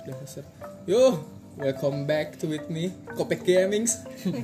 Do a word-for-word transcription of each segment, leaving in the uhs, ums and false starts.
Dasar. Yo, welcome back to with me Kopek Gamings.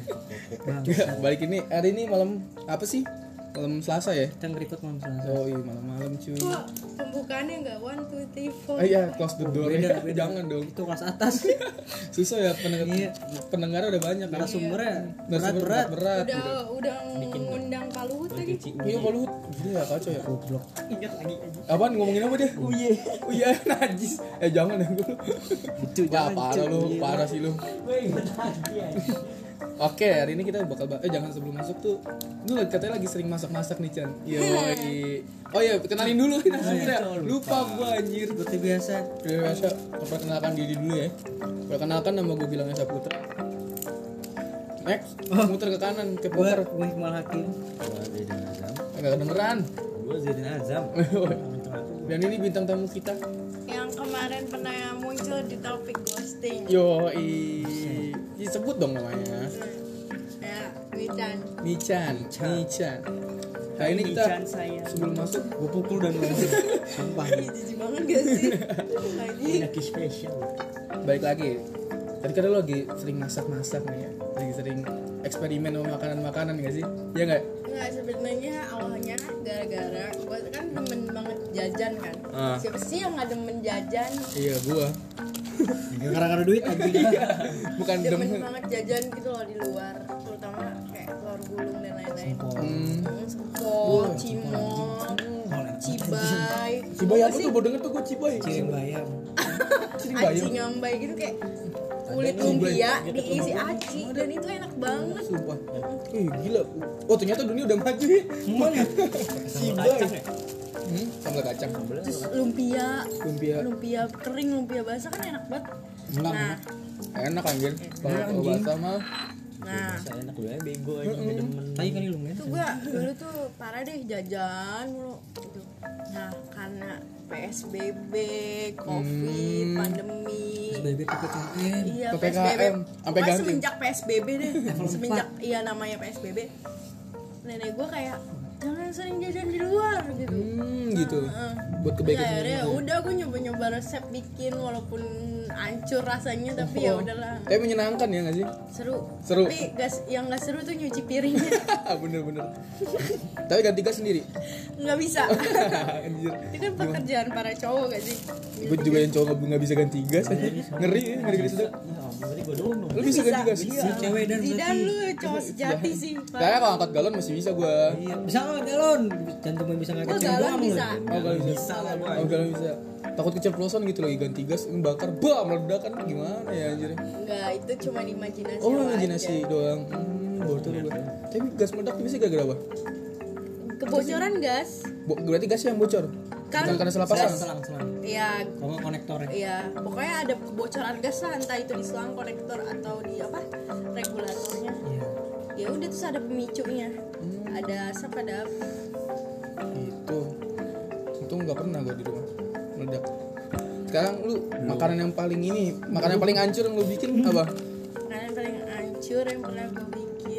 Balik ini hari ini malam apa sih? Malam Selasa ya? Kita nge-record malam Selasa. Oh iya malam-malam cuy. Kok pembukaannya enggak one two three four? Oh iya, close the door. Beda, ya. beda. Jangan dong. Itu kelas atas. Susah ya pendengar. Iya. Pendengarnya udah banyak. Narasumbernya berat-berat. berat-berat. Udah Gitu. udah ngundang Pak Luhut lagi. Iya Pak Luhut. Gila kacau ya. Goblok. Ingat lagi aja. Apaan ngomongin apa dia? Uye. Uye najis. Eh jangan ya gue. Itu Wah, jangan, parah cuy. lu, parah sih lu. Gue ingat lagi aja. Oke, hari ini kita bakal ba- eh jangan sebelum masuk tuh. Lu katanya lagi sering masak-masak nih, Chan. Yoi. Oh iya, kenalin dulu kita sebenarnya. Lupa gua anjir. Seperti biasa. Seperti biasa, perkenalkan diri dulu ya. Perkenalkan nama gue bilangnya Saputra. Next, muter ke kanan ke Gue poker. gue Hikmal Hakim. Gua Zaidin Azam. Enggak kedengeran. Gua Zaidin Azam. Dan ini bintang tamu kita. Yang kemarin pernah muncul di topik ghosting. Yoi. Disebut dong namanya. Ya, Michan. Michan, Michan. Hari ini kita Michan saya. sebelum masuk Gue pukul dan gue sampah. Ih, jijik banget gak sih? Lagi. Lagi spesial. balik lagi. Tadi kan lu lagi sering masak-masak nih ya. Lagi sering eksperimen sama makanan-makanan gak sih? Iya gak? Enggak, sebenarnya awalnya gara-gara gue kan demen banget jajan kan. Ah. Siapa sih yang nggak demen jajan? Iya gua. Gara-gara duit aja. Bukan Demen demen. banget jajan gitu loh di luar, terutama kayak telur gulung dan lain-lain. Hmm. Hmm, Sempol, cimol, cibai. Cibai apa tuh? Baru denger tuh gua cibai. Ciring bayam. Ciring bayam. Aci ngambai gitu kayak kulit lumpia diisi aci dan itu enak banget. Sumpah. Eh gila. Oh ternyata dunia udah maju ya. Mana? Cibai. Hmm, sambal kacang. Terus lumpia, Lumpia. lumpia kering, lumpia basah kan enak banget. Enak. Nah, Enak anjir. Kalau Enak, kalau anjing. basah mah. nah Saya enak dulu ya bego aja enggak demen. Tai kali lu itu gua dulu tuh parah deh jajan mulu gitu. Nah karena P S B B, Covid, Hmm. pandemi. S B B P P K M. Iya, P P P S B B. K M, sampai Pokoknya ganti. semenjak P S B B deh. Level Semenjak iya namanya P S B B. Nenek gua kayak jangan sering jajan di luar gitu. Hmm gitu. Heeh. Buat Ya, kebaikan akhirnya sendiri. udah gue nyoba-nyoba resep bikin walaupun hancur rasanya tapi ya Oh. udahlah Tapi menyenangkan ya nggak sih? seru. Seru. Tapi gas, yang nggak seru tuh nyuci piringnya Bener-bener. Tapi ganti gas sendiri. nggak bisa. Anjir. Itu kan pekerjaan para cowok gak sih? Gue juga yang cowok nggak bisa ganti gas aja. Ngeri ya, ngeri ngeri sedap. Ya ampun, berarti gua doang dong. Lu bisa ganti gas? Iya. Si cewek dan Zidan berarti. lu cowok sejati sih. Kayaknya kalau angkat galon masih bisa gue. Iya, bisa nggak galon? Jantung bisa nggak Oh kecil galon doang bisa. lu. Oh galon bisa. Bisa lah gua. Oh galon bisa. Takut keceplosan gitu lagi ganti gas, ini bakar, bah meledak kan gimana ya anjir. Enggak, itu cuma imajinasi. Oh lo imajinasi aja. doang. Hmm, baru tahu gue. Tapi gas meledak bisa gara-gara apa? Kebocoran gas. Bo- berarti gasnya yang bocor. Kan Bukan karena salah pasang. Selang, selang, selang. Iya, Kalau nggak konektornya. iya. Pokoknya ada kebocoran gas lah, entah itu di selang konektor atau di apa regulatornya. Iya. Ya udah terus ada pemicunya. Ada asap, ada api. Gitu. Untung nggak pernah gue di rumah meledak. Sekarang lu makanan yang paling ini, makanan yang paling hancur yang lu bikin apa? Makanan paling hancur yang pernah gue bikin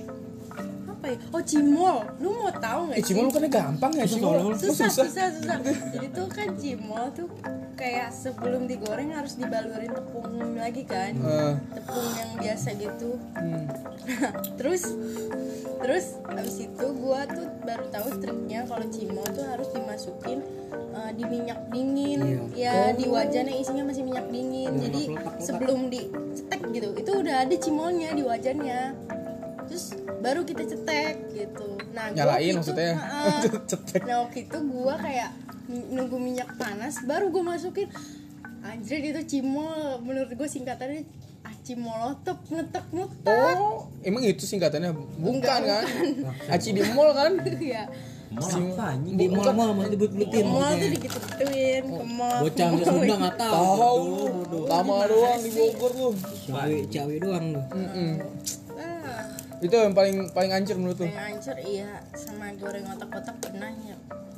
apa ya? Oh cimol. Lu mau tahu nggak? Eh cimol bukannya gampang ya cimol? Oh, susah, susah, susah. Jadi tuh kan cimol tuh kayak sebelum digoreng harus dibalurin tepung lagi kan? Eh, Tepung yang biasa gitu. hmm. terus terus abis itu gua tuh baru tahu triknya kalau cimol tuh harus dimasukin uh, di minyak dingin ya di wajan yang isinya masih minyak dingin Biar jadi nggak meletak-meletak. sebelum dicetek gitu itu udah ada cimolnya di wajannya terus baru kita cetek gitu nah gua Nyalain waktu itu- maksudnya. Heeh. Cetek. Nah waktu itu gua kayak n- nunggu minyak panas baru gua masukin anjir itu cimol menurut gua singkatannya ah cimolotop meletak meletak Oh, emang itu singkatannya? Bukan Enggak, kan? Aci di mall kan? ya Mau Sim- apa anjing? Di mall-mall mau ke dibut-butin. mall tuh maksudnya. dikit-kituin ke mall Bocah ke nggak mall. Sunda nggak tahu. Tahu lu. Lama doang di Bogor lu. Cawe, cawe doang lu. Mm-mm. Ah, Itu yang paling paling hancur menurut lu? yang hancur iya sama goreng otak-otak pernah ya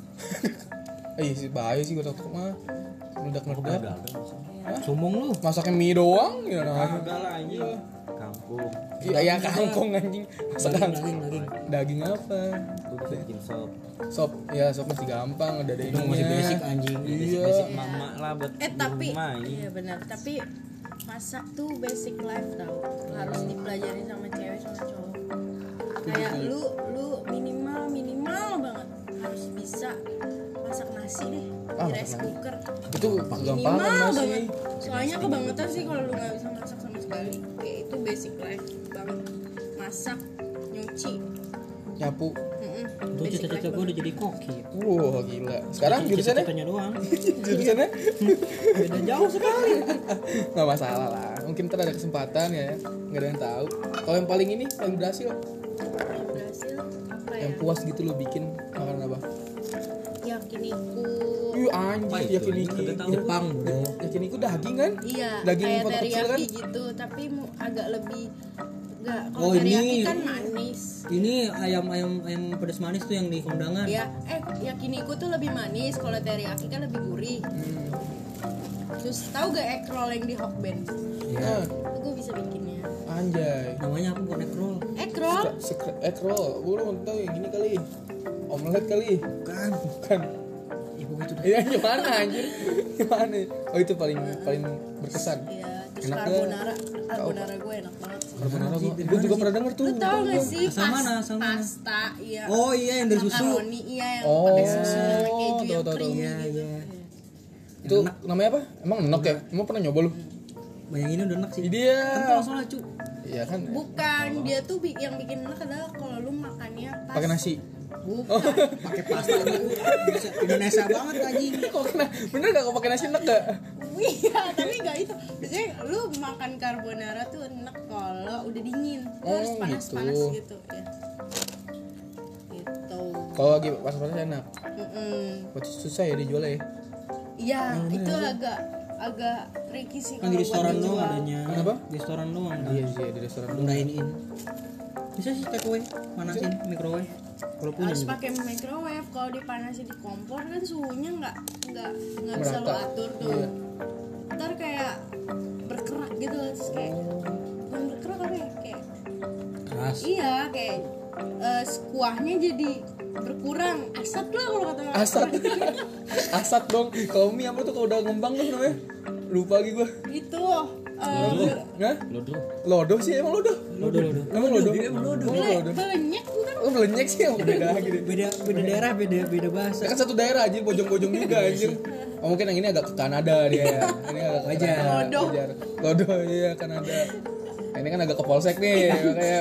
Eh, iya sih bahaya sih gue takut mah. Meledak-meledak. Sombong lu. Masaknya mie doang ya nah. Enggak lah anjing. Kampret. kangkung. Iya ya kangkung anjing. Masa Daging, kangkung. daging, daging. Daging apa? Gue bisa bikin sop. Sop. Ya sop masih gampang, ada ada Itu masih ininya. basic anjing. Iya. Basic mama lah buat Eh tapi rumah. iya benar, tapi masak tuh basic life tau, harus dipelajari sama cewek sama cowok. Kayak lu lu minimal minimal banget harus bisa masak nasi deh Ah, di masak rice nasi. cooker. Itu Minimal gampang banget. masih. Soalnya kebangetan sih kalau lu nggak bisa masak sama sekali. Kayak itu basic life banget. Masak, nyuci. Nyapu. Mm-mm, Itu basic cita-cita life gue udah jadi koki. Wah gila. Sekarang jurusannya? Cita-citanya doang. Jurusannya? Beda jauh sekali. Nggak masalah lah. Mungkin ntar ada kesempatan ya. Nggak ada yang tahu. Kalau yang paling ini paling berhasil, banget. Berhasil apa ya? yang puas gitu lo bikin makanan apa? Yakiniku. Ih Apa anjing, itu? yakiniku. Kagak tahu. Jepang bro. Yakiniku daging kan? Iya, Daging kayak potong kecil kan? teriyaki gitu, tapi mu- agak lebih enggak. Kalau Oh, teriyaki ini- kan manis. Ini ayam ayam ayam pedas manis tuh yang di kondangan. Ya, eh yakiniku tuh lebih manis, kalau teriyaki kan lebih gurih. Hmm. Terus tahu gak egg roll yang di Hokben? Nah, Itu gue bisa bikinnya. anjay. Namanya apa bukan egg roll? Egg roll? Secret egg roll. Gue udah tahu yang gini kali. Omelet kali. Bukan. Bukan. Ibu itu dah. Iya gimana anjir? Gimana? Oh itu paling paling berkesan. Iya, terus Enak carbonara. Carbonara gue enak banget. Carbonara sih? gua. Gue juga pernah denger tuh. Lu tau gak sih Asal pas- mana, asal mana? pasta, iya. Oh iya yang dari susu. Makaroni, iya yang Oh, pakai susu sama keju tahu, yang tahu, tahu. creamy Iya, gitu. iya. Itu namanya apa? Emang enak ya? Emang pernah nyoba lu? Bayanginnya udah enak sih. Ini dia. Kental soalnya cu. Iya kan? Bukan, dia tuh bi- yang bikin enak adalah kalau lu makannya pas Pakai nasi. Bukan. Pakai pasta gitu. Bisa Indonesia banget anjing. Kok kena? Bener gak kok pakai nasi enak gak? Iya, tapi gak itu. Biasanya lu makan carbonara tuh enak kalau udah dingin. Lu harus Oh, panas-panas gitu. gitu, ya. Gitu. Kalau lagi pas-pasan enak. Mm-mm. Berarti susah ya dijual ya? Iya, itu agak agak tricky sih Kan di kalau buat restoran doang dijual. adanya. Kenapa? Di restoran doang. Iya sih di restoran dulu. Dine in. Bisa sih take away, panasin microwave. Kalau punya Harus juga. pakai microwave. Kalau dipanasin di kompor kan suhunya nggak nggak nggak bisa lo Merata. atur tuh. Iya. Ntar kayak berkerak gitu, terus kayak Oh. bukan berkerak apa ya, kayak Keras. iya kayak eh, kuahnya jadi berkurang, asat lah kalau kata orang. Asat. Asat dong. Kalau mie apa tuh kalau udah ngembang tuh namanya? Lupa lagi gua. Itu eh, Hah? Lodo. Lodoh sih emang lodoh. Lodo lodo. Emang lodoh. Emang lodoh. Emang bele- lodoh. belenyek bukan? Oh belenyek sih emang beda lagi deh. Beda beda daerah, beda beda bahasa. Ya kan satu daerah aja, bojong-bojong juga anjir. Oh mungkin yang ini agak ke Kanada dia. Ini agak ke Wajar. Kanada. Lodoh. Wajar. Lodoh iya Kanada. Nah, ini kan agak ke polsek nih, kayak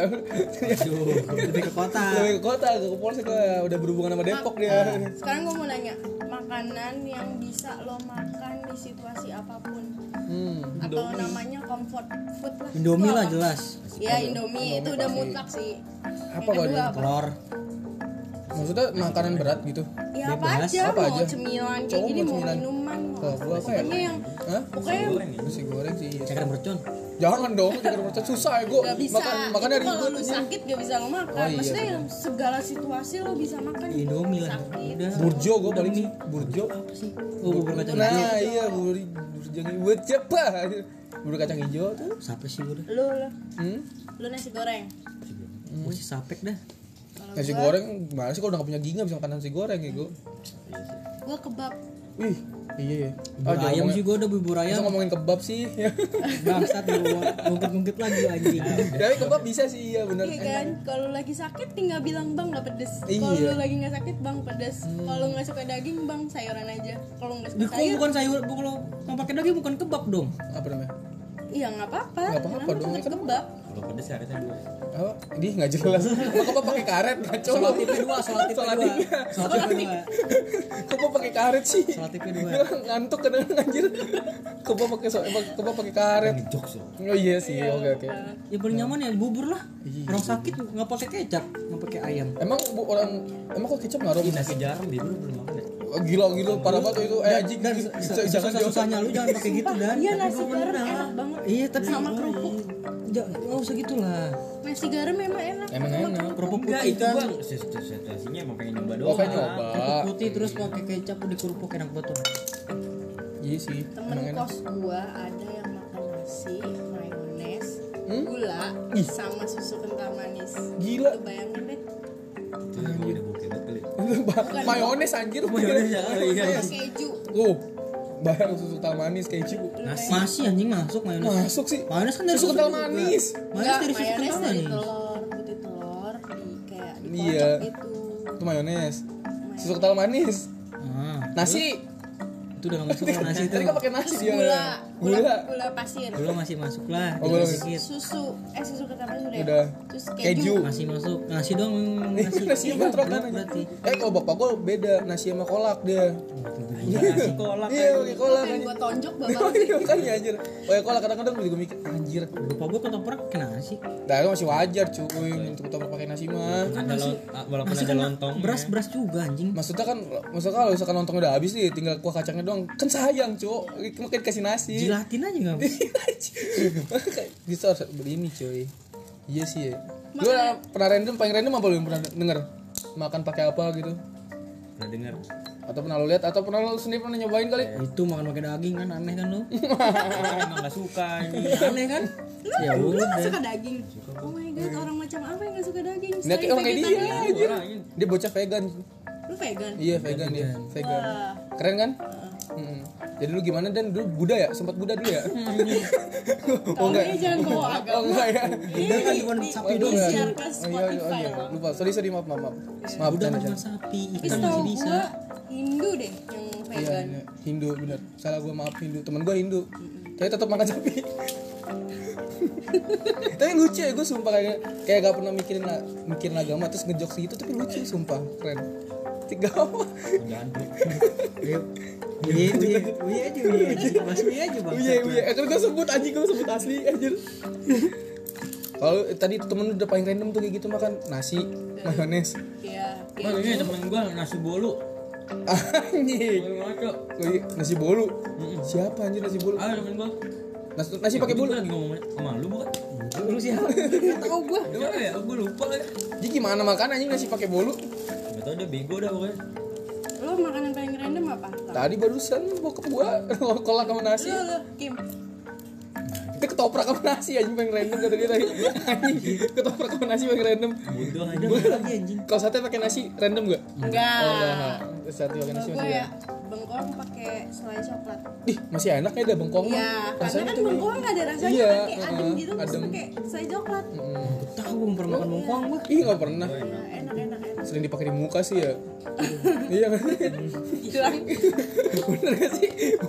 Lebih ke kota. lebih ke kota, agak ke polsek lah. Udah berhubungan sama Depok dia. Eh, sekarang gue mau nanya, makanan yang bisa lo makan di situasi apapun Hmm. atau namanya comfort food lah. Indomie Itu lah apa? jelas. Ya Indomie, itu udah pasti. mutlak sih. Apa Yang kalau kedua dia? apa? Telur. Maksudnya makanan berat gitu? Ya apa Bebas. aja, Apa mau aja? cemilan kayak Cowok gini, mau mau cemilan. minuman, mau Kalau gua apa ya? pokoknya yang Hah? pokoknya Goreng ya. Nasi goreng sih. Ceker mercon. Jangan dong, ceker mercon susah ya gua. gak bisa. Makan makannya Itu kalau ribet lu aja. sakit gak bisa lo makan. Oh, iya, Maksudnya bener. yang segala situasi lo bisa makan. Indomie lah. Sakit. Udah. Burjo gua paling sih, burjo. Apa sih? Oh, bubur kacang hijau. Nah, iya bubur bubur kacang buat siapa? Bubur kacang hijau tuh. Siapa sih udah? Lu, lu, Hmm? lu nasi goreng. Gue sih sapek dah. Kalau Nasi gua, goreng gimana sih kalau udah gak punya giga bisa makan nasi goreng ya gua. gua kebab. Wih, iya ya. Bubur ayam sih gue udah bubur Masa ayam. ngomongin kebab sih. Bangsat gue ngungkit-ngungkit lagi anjing. Tapi kebab bisa sih, iya benar. Iya kan, kalau lagi sakit tinggal bilang bang nggak pedes. Iya. Kalau lu lagi nggak sakit bang pedes. Kalau nggak suka daging bang sayuran aja. Kalau nggak suka Di kalau sayur, bukan sayur, bu- kalau mau pakai daging bukan kebab dong. Apa namanya? iya nggak apa-apa. Nggak apa-apa Namanya dong, tetap kan- kebab. Kalau pedes karetnya dua. Apa? Ini nggak jelas. Kok kebab pakai karet? Ngaco. Soal tipe dua, soal tipe Soal dua. tipe. Soal tipe dua. Kebab pakai karet sih. Soal tipe dua. Dia ngantuk kadang anjir. Kebab pakai so, kebab pakai karet. Jokes ya. Oh iya sih, oke oke. Ya paling nyaman ya bubur lah. Iya. Orang sakit nggak pakai kecap, nggak pakai ayam. Emang bu, orang emang kok kecap ngaruh? Ini nasi garam dia belum belum makan ya. Oh, gila gila parah banget itu. Eh anjing Dan jangan jangan susah-susahnya lu jangan pakai gitu dan. Iya Tapi nasi gua garam pernah. enak banget. Iya tapi sama kerupuk. Jangan nggak usah gitulah. Nasi garam memang enak. Emang enak. Kerupuk Enggak putih itu kan. bang. Situasinya emang pengen nyoba doang. Oh, pengen nyoba. Kerupuk putih terus pakai kecap udah kerupuk enak banget. Iya sih. Temen Emang enak. kos gua ada yang makan nasi, mayones, gula sama susu kental manis. Gila. Lu bayangin deh. Udah bokeh banget kali. Mayones anjir. Mayones ya. Oh, iya. Sama keju. Oh, bayang susu kental manis keju. Nasi. Masih anjing masuk mayones. Masuk sih. Mayones kan dari Susu kental juga. manis. Mayones Enggak, dari susu mayones kental dari manis. telur, putih telur di kayak di Iya. kocok itu. Itu mayones. Susu kental manis. Ah, Nasi. itu udah nggak masuk lah nasi itu. Tadi kan pakai nasi Terus dia. gula, gula, Gula. gula pasir. Gula masih masuk lah. Oh, gula dikit. Susu, eh susu kental manis udah. Udah. Terus Keju. keju. Masih masuk. Nasi doang nasi. Nasi Iya, bentrokan berat aja. berarti. Eh kalau bapak gue beda nasi sama kolak dia. Nasi kolak. Iya pakai kolak Pengen aja. gua tonjok bapak. Iya makanya anjir. Pakai kolak kadang-kadang gue juga mikir anjir. Bapak gua ketoprak pakai nasi. Nah itu masih wajar cuy untuk ketoprak pakai nasi mah. Ada lo- walaupun Nasi ada kan lontong. beras-beras juga anjing. Maksudnya kan, maksudnya kalau misalkan lontong udah habis nih, tinggal kuah kacangnya doang. Kan sayang, Cuk. Makin kasih nasi. Jilatin aja enggak bisa. Bisa harus beli ini, cuy. Iya sih ya. Lu pernah random, paling random apa lu yang pernah denger? Makan pakai apa gitu? Pernah dengar? Atau pernah lu lihat atau pernah lu sendiri pernah nyobain kali? Itu makan pakai daging kan aneh kan lu? Emang enggak suka ini. Aneh kan? Ya Lu udah. gak suka daging? Oh my god, orang macam apa yang gak suka daging? Nah, Selain kayak orang kayak dia vegetarian. anjir. Orang ini. Dia bocah vegan. Lu vegan? Iya, vegan dia. Vegan. Wah. Keren kan? Mm. Jadi lu gimana Dan? Dulu Buddha ya? Sempat Buddha dulu ya? Kalau ini jangan bawa agama. Oh enggak ya? Buddha kan cuma sapi Oh, doang. enggak. Disiarkan Oh iya, oh Spotify iya. loh. Lupa. Sorry, sorry, maaf, maaf, maaf. Maaf, Buddha canda, cuma canda. sapi, Tapi ikan setahu masih bisa. gua Hindu deh yang Iya, vegan. iya. Hindu bener. Salah gue maaf Hindu. Temen gue Hindu. Tapi tetap makan sapi. Tapi lucu ya gue sumpah kayak kayak gak pernah mikirin mikirin agama terus ngejokes gitu tapi lucu sumpah keren. Tiga apa? Jangan. Iya, iya, iya aja, iya aja. Mas iya aja bang. Uye uye. Eh kan gue sebut anjing gue sebut asli anjir. Kalau tadi temen udah paling random tuh kayak gitu makan nasi mayones. Iya. Bang, ini temen gua nasi bolu. Anjing. Bolu ngaco. Oh iya, nasi bolu. Siapa anjir nasi bolu? Ah, temen gua. Nasi, nasi pakai bolu. Gua lagi ngomong sama lu bukan? Lu siapa? Gak tau gua. Siapa ya? Gua lupa lagi. Jadi gimana makan anjing nasi pakai bolu? Enggak tahu dia bego dah pokoknya. Lu makanan paling random apa? Tadi barusan bokap gua kolak sama nasi. Lu, lu, Kim. Itu ketoprak sama nasi anjing paling random kata dia tadi. Anjing, ketoprak sama nasi paling random. Bodoh aja. Ada apa lagi anjing? Kalau sate pakai nasi random gak? Enggak. Oh enggak. Sate pakai nasi Kalau masih gua ya. ya bengkong pakai selai coklat. Ih, masih enak ya ada bengkong. Iya, karena kan tuh- bengkong gak ada rasanya Iya, kan kayak adem uh-uh, gitu terus adem. pakai selai coklat. Mm. Tahu gua pernah makan bengkoang gua. Ih, enggak pernah. Ya, enak enak enak. Sering dipakai di muka sih ya. Iya kan? Hilang. Bener gak sih?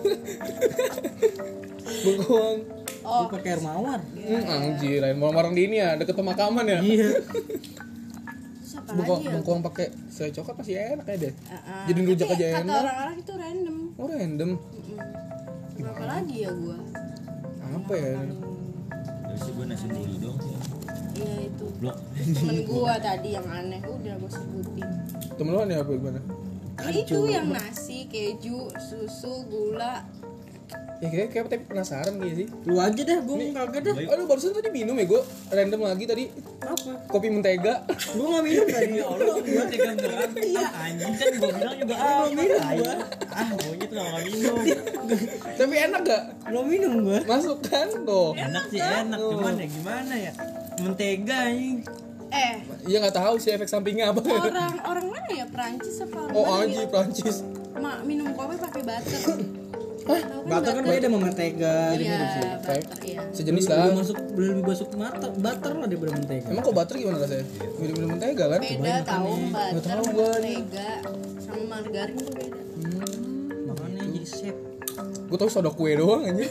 Bengkong. Oh, Dia pakai air mawar. Hmm, anjir, lain orang di ini ya, deket pemakaman ya. Iya. terus apa Bengkong, lagi ya? bengkong pakai selai coklat masih enak ya deh. Uh-uh. Jadi rujak Tapi aja kata enak. orang-orang itu random. Oh random. Mm-mm. Apa lagi ya gua? Apa ya? Terus sih gua nasi bolu dong sih. Iya itu. Blok. Temen gua tadi yang aneh udah gua sebutin. Temen lu ya apa gimana? Ya itu yang nasi, keju, susu, gula. Ya kayak kayak tapi penasaran gitu sih. Lu aja dah, gua kagak dah. Aduh barusan tadi minum ya gue random lagi tadi Apa? kopi mentega. Gua enggak minum tadi. Ya Allah, gua tega beneran. Iya. Anjing kan gua bilang juga ah, minum gua. Ah, maunya tuh enggak minum. Tapi enak gak? Belum minum gua. Masuk kan tuh? Enak sih enak, cuman ya gimana ya? Mentega anjing. Eh, Iya nggak tahu sih efek sampingnya apa. orang orang mana ya Perancis apa orang Oh mana anjir gitu? Prancis. Ma, minum kopi pakai butter. Hah? Tahu Butter kan beda sama mentega. Iya, Kayak butter ya. sejenis Lebih lah. masuk lebih masuk butter, butter lah daripada mentega. Emang kok butter gimana rasanya? Minum-minum mentega kan? Beda tahu Nggak butter, tahu gua. mentega sama margarin tuh beda. Makanya jadi chef. Gue tau soda kue doang anjir.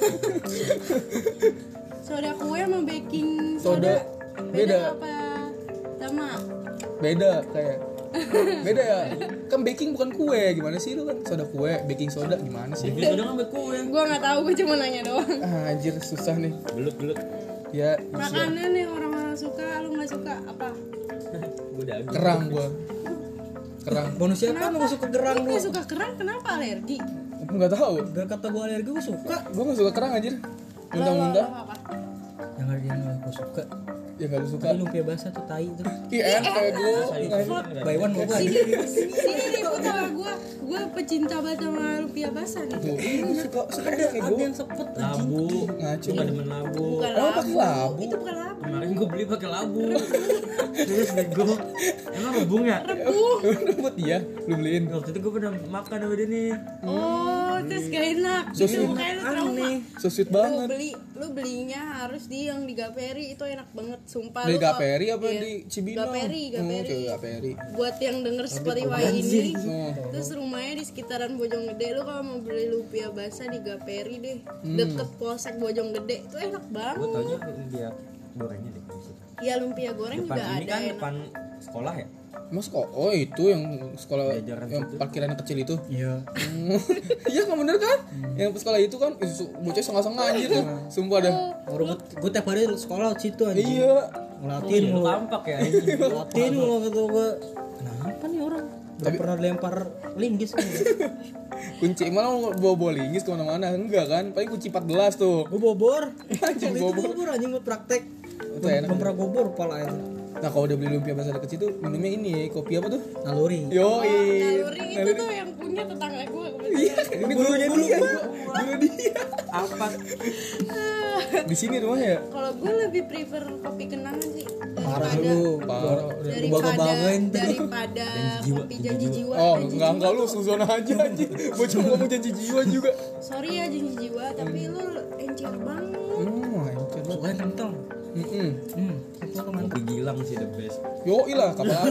Soda kue sama baking Soda, soda, beda. apa? Sama. Beda kayak. Beda ya. Kan baking bukan kue. Gimana sih lu kan? Soda kue, baking soda gimana sih? Dia udah ngambil kue. Gua nggak tahu, gua cuma nanya doang. Ah, anjir susah nih. Belut-belut. Ya, Makanan yang orang-orang suka, lu nggak suka apa? Gua udah agak. kerang gua. Kerang. Bonus siapa lu gak suka gerang Lu lu? nggak suka kerang, kenapa alergi? Enggak tahu. Gak kata gua alergi gua suka. Gua enggak suka kerang anjir. Lo, lo, Muntah-muntah. lo apa? Yang ada yang gak gua suka. yang gak lu suka. Tadi lumpia basah tuh tai tuh. Iya enak kayak gue. Buy one mau Sini, sini nih gue sama gue, gue pecinta banget sama lumpia basah nih. Suka suka Ada kayak ada gue. yang sepet anjing. Labu. Ngaco. Gue gak demen labu. Bukan Oh, pakai labu. Itu bukan labu. Kemarin gue beli pakai labu. Terus bego. Emang rebung ya? Rebung. Buat dia lu beliin. Waktu itu gue pernah makan sama dia nih. Oh, terus gak enak. So Itu sweet. makanya lu trauma. So sweet Lu banget. beli, lu belinya harus di yang di Gaperi, itu enak banget, sumpah. Di Lu kalau- Gaperi apa iya. di Cibinong? Gaperi, Oh, Gaperi. ke Gaperi. Buat yang denger Spotify ini, Oh. terus rumahnya di sekitaran Bojonggede, lu kalau mau beli lumpia basah di Gaperi deh, Hmm. deket Polsek Bojonggede, itu enak Gue banget. taunya dia gorengnya deh di situ. Ya lumpia goreng Depan juga ini ada kan enak. depan sekolah ya? Mas kok oh itu yang sekolah Jajaran yang situ. parkiran kecil itu. Iya. Iya kan bener kan? Yang sekolah itu kan ih, su- bocah setengah-setengah anjir tuh. Sumpah dah. Orang gue tiap hari sekolah situ anjing. Iya. Ngelatin Lu mulu. tampak ya anjing. Ngelatin mulu kata gue. Kenapa nih orang? Udah pernah lempar linggis kan? Kunci malah mau bawa bawa linggis kemana-mana enggak kan? Paling kunci empat belas tuh. Gue bobor. Anjing, Waktu itu bobor. bobor anjing buat praktek. Itu enak. Belum pernah bobor pala itu. Nah kalau udah beli lumpia basah deket situ minumnya ini kopi apa tuh? Naluri. Yo Naluri itu tuh yang punya tetangga gue kebetulan. Ini gurunya dia. Guru dia. Apa? Di sini rumahnya. Kalau gue lebih prefer kopi kenangan sih Parah daripada lu. Parah. Lu baga-bagain tuh. daripada kopi janji jiwa. Oh Janji enggak jiwa enggak lu tuh- suzon aja anjing. Bocah ngomong janji jiwa juga. Sorry ya janji jiwa, tapi lu encer banget. Hmm, anjir. Suka yang kental. Heeh. Hmm. Itu teman. Kopi Gilang sih the best. Yo ilah kapan?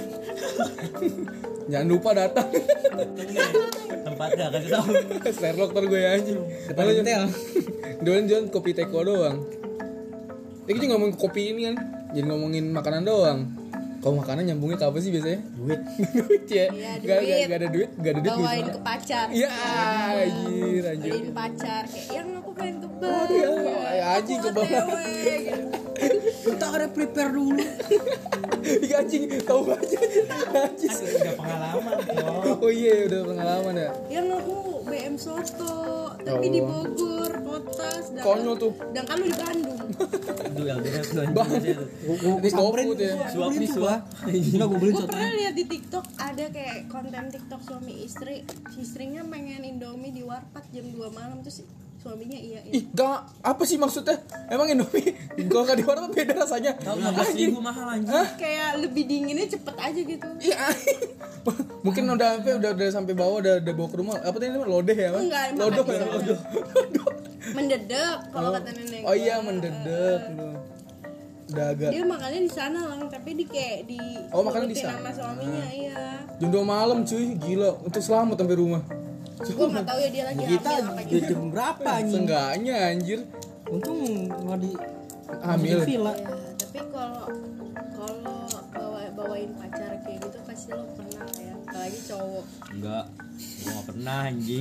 Jangan lupa datang. Tempatnya kasih tahu. Sherlock ntar gue ya anjing. Depan Lalu Intel. Doan John kopi teko doang. Ini kita ngomongin kopi ini kan. Jadi ngomongin makanan doang. Kalau makanan nyambungnya ke apa sih biasanya? Duit. Duit ya. Iya, Gak, gak, duit. gak ada duit, gak ada duit. Bawain gimana? ke pacar. Iya, anjir, anjir. Beliin pacar kayak yang aku pengen ke bar. Oh, iya. Ya, anjing, Aku ke bar. O T W, gitu. Kita ada prepare dulu. Iya anjing, tahu aja. Anjing. Udah pengalaman kok. Oh iya, udah pengalaman ya. Yang aku B M soto, tapi di Oh. Bogor kota. sedangkan- Konyol tuh. Sedangkan lu di Bandung. Itu L D R tuh Bang. anjing. Ini GoFood ya. Suap nih suap. Enggak gue beliin Gue soto. pernah lihat di TikTok ada kayak konten TikTok suami istri, si istrinya pengen Indomie di warpat jam dua malam terus suaminya iya iya. Ih, gak apa sih maksudnya? Emang Indomie kalau nggak di warung beda rasanya. Tahu enam belas ribu mahal anjing. Kayak lebih dinginnya cepet aja gitu. Iya. Mungkin udah apa udah udah sampai bawah udah udah bawa ke rumah. Apa tadi namanya? Lodeh ya, Mas? Enggak, makan Lodoh di ya, sana. lodoh. Mendedek kalau kata nenek. Oh iya, gua. mendedek lu. Udah agak Dia makannya di sana lang, tapi di kayak di Oh, makannya di turutin sana. sama suaminya iya. jam dua malam cuy, gila. Untuk selamat sampai rumah. Gue nggak tahu ya dia lagi Kita hamil apa gitu. jam berapa anjing? Seenggaknya anjir Untung nggak di hamil. di villa. Ya, tapi kalau kalau bawa bawain pacar kayak gitu pasti lo pernah ya, apalagi cowok. Enggak. Gua enggak pernah anjing.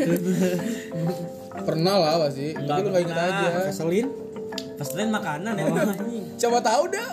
Pernah lah pasti. Tapi Enggak lu enggak inget pernah. aja. Keselin. Pesenin makanan ya anjing. Coba tahu dah.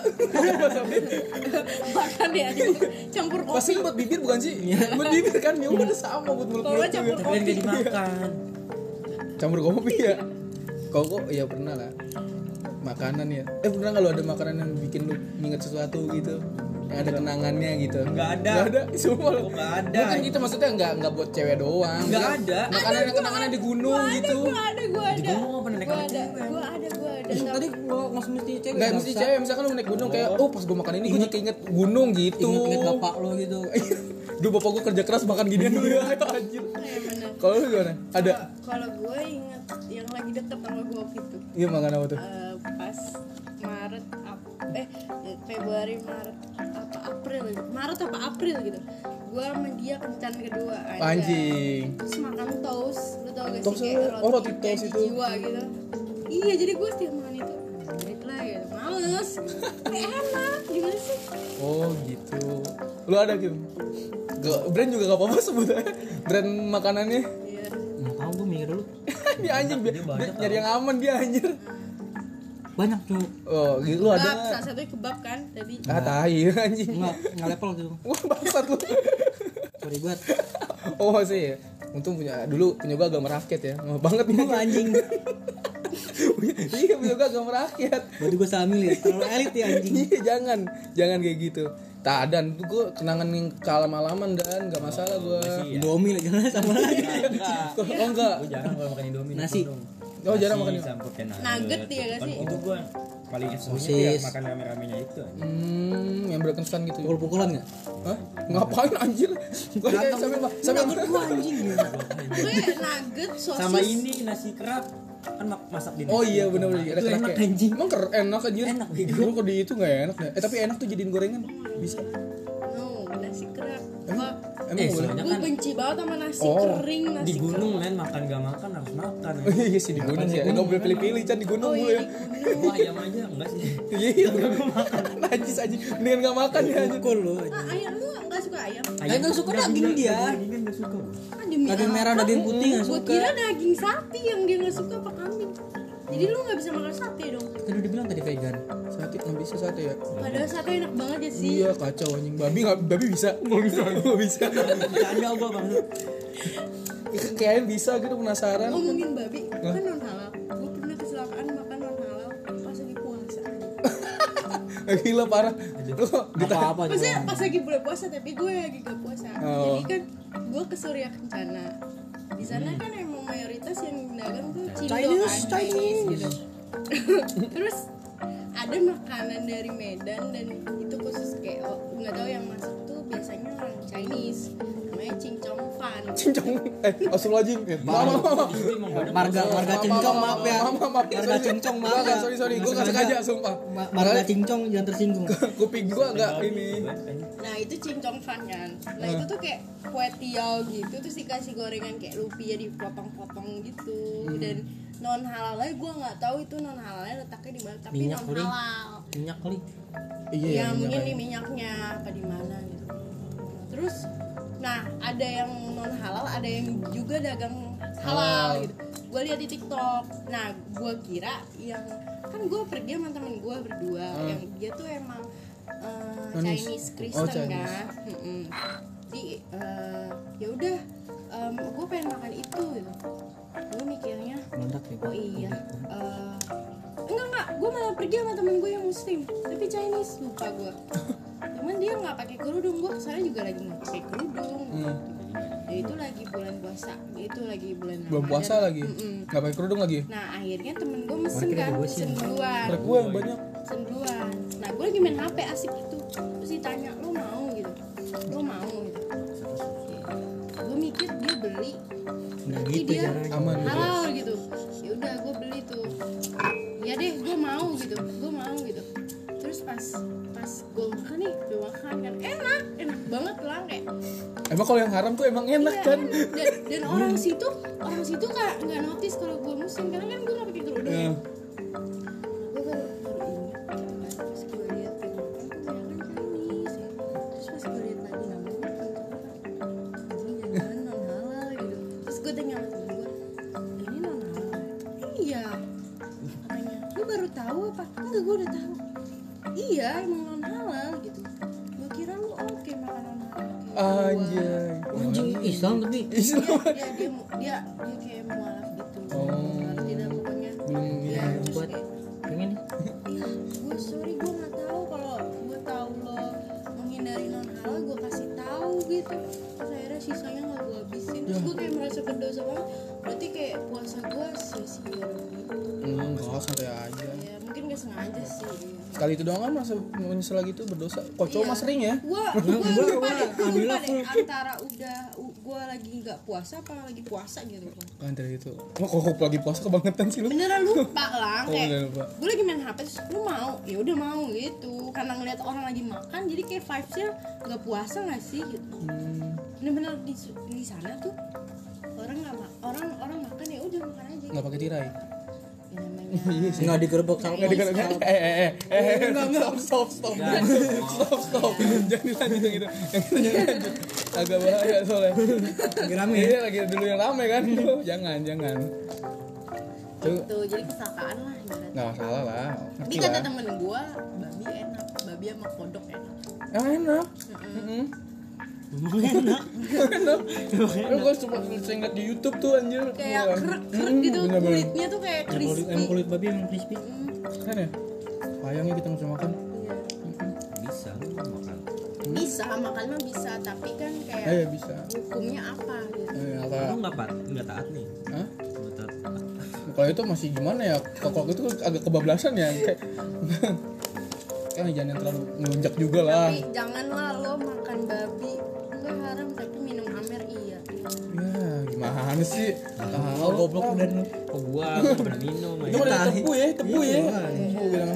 Bahkan ya campur Pasti kopi. buat bibir bukan sih? Buat bibir kan ya udah sama buat mulut Kalau mulut campur juga. Tapi kan gak dimakan. Campur kopi ya. Kok kok iya pernah lah. Makanan ya. Eh pernah kalau ada makanan yang bikin lu inget sesuatu gitu? Yang ada kenangannya gitu. Enggak ada. Enggak ada. Semua lu. Enggak ada. Bukan gitu maksudnya enggak enggak buat cewek doang. Enggak Maksudnya ada. Makanan yang kenangannya di gunung Gua ada, gitu. Gua ada, gua ada. Di gunung apa naik Gua sama ada, cewek? gua ada, gua ada. Ih, tadi gua nggak mesti cewek. Enggak mesti cewek, misalkan lu naik gunung kayak oh pas gua makan ini gua jadi keinget gunung gitu. Ingat-ingat bapak lo gitu. Duh bapak gua kerja keras makan ginian dulu ya anjir. Iya benar. Kalau lu gimana? Ada. Kalau gue inget yang lagi deket sama gue waktu itu. Iya makan apa tuh? Eh, pas Maret ap- eh Februari Maret apa April gitu. Maret apa April gitu gue sama dia kencan kedua aja. Anjing. Terus makan toast, lu tau gak Toast sih apa? kayak Oh, roti toast janji itu. jiwa gitu. Iya jadi gue setiap makan itu anjrit lah ya males kayak enak gimana sih. Oh gitu. Lu ada Kim? Gak, brand juga gak apa-apa sebutnya. Brand makanannya. Iya. Nggak tahu gue mikir dulu. Dia anjing biar Dia banyak nyari yang aman dia anjir. Banyak tuh. Oh, gitu lu ada Kebab, nggak? salah satunya kebab kan tadi. Ah, tai anjing. Enggak, enggak level gitu. Wah, bangsat lu. Sorry banget. Oh, sih ya. untung punya dulu punya gua agama rakyat ya. Mau banget nih Gua anjing. iya punya gua agama rakyat. Berarti gua samil ya. Terlalu elit ya anjing. Iya jangan jangan kayak gitu. Tak dan tuh gue kenangan yang kealam-alaman dan nggak masalah gue. Masih ya. Indomie lagi jangan sama lagi. Enggak. Oh enggak. Gue jarang kalau makan Indomie. Nasi. Oh, jarang makan Nasi campur kayak Nugget ya nggak Kan sih? itu gue paling sesuai Sosis. ya makan rame-ramenya itu. Hmm, yang berkesan gitu. Ya? Pukul-pukulan enggak? Hah? Ngapain anjir? Gue kayak sambil sambil Gua anjing. Gue nugget sosis. Sama ini nasi kerak kan mak- masak di Oh iya benar-benar ada Itu enak, keraknya. anjing. Emang ker enak anjir. Enak, bego. Dulu kok di itu enggak enak ya. Eh tapi enak tuh jadiin gorengan. Bisa. No, nasi kerak. Emang Eh, emang boleh. soalnya Gue kan benci banget sama nasi Oh, kering, nasi di gunung kerak. men makan gak makan harus makan. Oh, iya sih di gunung sih. Enggak boleh pilih-pilih Chan di gunung Oh mulu iya ya. di gunung. Wah ayam aja enggak sih. Iya, najis aja. Mendingan enggak makan ya anjir. Pukul lu. Ah, ayam lu nggak suka ayam? Ayam nggak suka daging dia. Daging kan gak suka. Ah, demi Daging apa? merah, daging putih enggak Gue suka. kira daging sapi yang dia nggak suka apa kambing. Jadi lu nggak bisa makan sate dong. Tadi udah bilang tadi vegan. Sate nggak bisa sate ya. Padahal sate enak banget ya sih. Iya kacau anjing. Babi nggak babi bisa. Nggak bisa. Nggak bisa. Bercanda gua bang. Kayaknya bisa gitu penasaran. Ngomongin babi, kan non halal. Gue pernah kecelakaan makan non halal pas lagi puasa. Gila parah. Lu Apa-apa juga. Maksudnya pas lagi bulan puasa tapi gue lagi gak puasa. Oh. Jadi kan gue ke Surya Kencana. Di sana kan emang mayoritas yang dagang tuh Cindo Chinese, kan, Chinese. gitu. Terus ada makanan dari Medan dan itu khusus kayak oh, nggak tahu yang masak tuh biasanya orang Chinese. Namanya cincong fan. cincong eh astagfirullahaladzim. Mama mama. Marga marga cincong maaf ya. Mama maaf. Marga cincong maaf Enggak, ya. sorry sorry. Gue enggak Sengaja. sengaja sumpah. Ma- Marga cincong jangan tersinggung. Kuping gue agak ini. Nah itu cincong fan kan. Nah itu tuh kayak kue tiaw gitu terus dikasih gorengan kayak lumpia dipotong-potong gitu dan non halalnya gue nggak tahu itu non halalnya letaknya di mana tapi Minyak non kali. halal. Minyak kali. Iya. Ya minyak mungkin kayu. di minyaknya apa di mana gitu. Terus nah ada yang non halal ada yang juga dagang halal, Halal. gitu. Gue lihat di TikTok. Nah gue kira yang kan gue pergi sama temen gue berdua Hmm. yang dia tuh emang uh, Manis. Chinese Oh, Kristen Chinese. kan. Mm-mm. Jadi uh, ya udah um, gue pengen makan itu gitu. Gue mikirnya Meledak ya. oh iya uh, enggak enggak gue malah pergi sama temen gue yang muslim tapi Chinese lupa gue cuman dia nggak pakai kerudung gue kesana juga lagi nggak pakai kerudung Hmm. ya itu lagi bulan puasa itu lagi bulan Belum Ramadan. puasa lagi. Mm-mm. Enggak pakai kerudung lagi. Nah akhirnya temen gue mesen Market kan ada gua sih. mesen duluan Merek gue yang banyak. mesen duluan nah gue lagi main H P asik gitu terus ditanya lo mau gitu lo mau gitu gue mikir dia beli Nah berarti gitu dia caranya. Aman gitu. halal gitu ya udah gue beli tuh ya deh gue mau gitu gue mau gitu terus pas pas gue makan nih gue makan kan enak enak banget lah kayak Emang kalau yang haram tuh emang enak iya, kan? enak. dan, dan orang situ orang situ nggak nggak notice kalau gue muslim karena kan gue nggak pakai kerudung ya Eh, gue baru baru ingat kan pas gue lihat dia makan kebanyakan Chinese ya. Terus pas gue lihat lagi namanya ini jangan non halal gitu terus gue tanya sama temen gue ini non halal iya katanya lu baru tahu apa enggak gue udah tahu iya emang non halal gitu gue kira lu oke makan non halal kayak Anjay. Anjing Islam tapi Islam. dia dia dia dia, dia kayak mualaf gitu Oh. ngerti dah pokoknya Belum ya ini. terus buat kayak pengen nih. iya gue sorry gue nggak tahu kalau gue tahu lo menghindari non halal gue kasih tahu gitu terus akhirnya sisanya nggak gue habisin terus gue kayak merasa berdosa banget berarti kayak puasa gue sia-sia dong gitu Hmm, enggak santai aja. ya mungkin gak sengaja sih iya. Sekali itu doang kan masa menyesal lagi tuh berdosa. Kok cowok Iya. mah sering ya? Gua gua lupa deh, gua lupa deh antara udah u- gua lagi nggak puasa apa lagi puasa gitu. Kan dari itu. Wah, kok lagi puasa kebangetan sih lu? Beneran lupa lah Oh, kayak beneran lupa. gue lagi main H P terus lu mau ya udah mau gitu karena ngeliat orang lagi makan jadi kayak vibesnya nggak puasa nggak sih gitu. Hmm, Bener-bener di, di sana tuh orang nggak ma- orang orang makan ya udah makan aja. enggak pakai tirai. Ya, namanya Enggak digerebek sama Enggak dikira eh eh eh eh enggak enggak stop stop stop stop stop jangan dilanjut yang itu yang itu jangan lanjut agak bahaya soalnya lagi rame ya. iya lagi dulu yang rame kan jangan jangan tuh gitu jadi kesalahan lah ibaratnya. nggak masalah lah Ini ngerti kata lah temen gua babi enak babi sama kodok enak. yang enak Mm-mm. Emang enak. Enak. Lu gue cuma sering liat di YouTube tuh anjir. Kayak krek-krek gitu, bener-bener. kulitnya tuh kayak Kulit, em, crispy. kulit babi emang crispy. Keren ya? Sayangnya kita nggak bisa makan. Iya. Bisa lu makan. Bisa makan mah bisa, tapi kan kayak Eh bisa. hukumnya apa gitu. Eh, Lu apa? enggak pat, enggak taat nih. Hah? Enggak taat. Kalau itu masih gimana ya? Kalau itu agak kebablasan ya. Kayak kan jangan yang terlalu melunjak juga lah. Tapi janganlah lo makan babi. Enggak haram, tapi minum amer iya. Ya gimana sih? Tahu Goblok dan lu. Oh gua gua pernah minum. Itu mah dari tebu ya, tebu ya. Iya, Tebu bilang.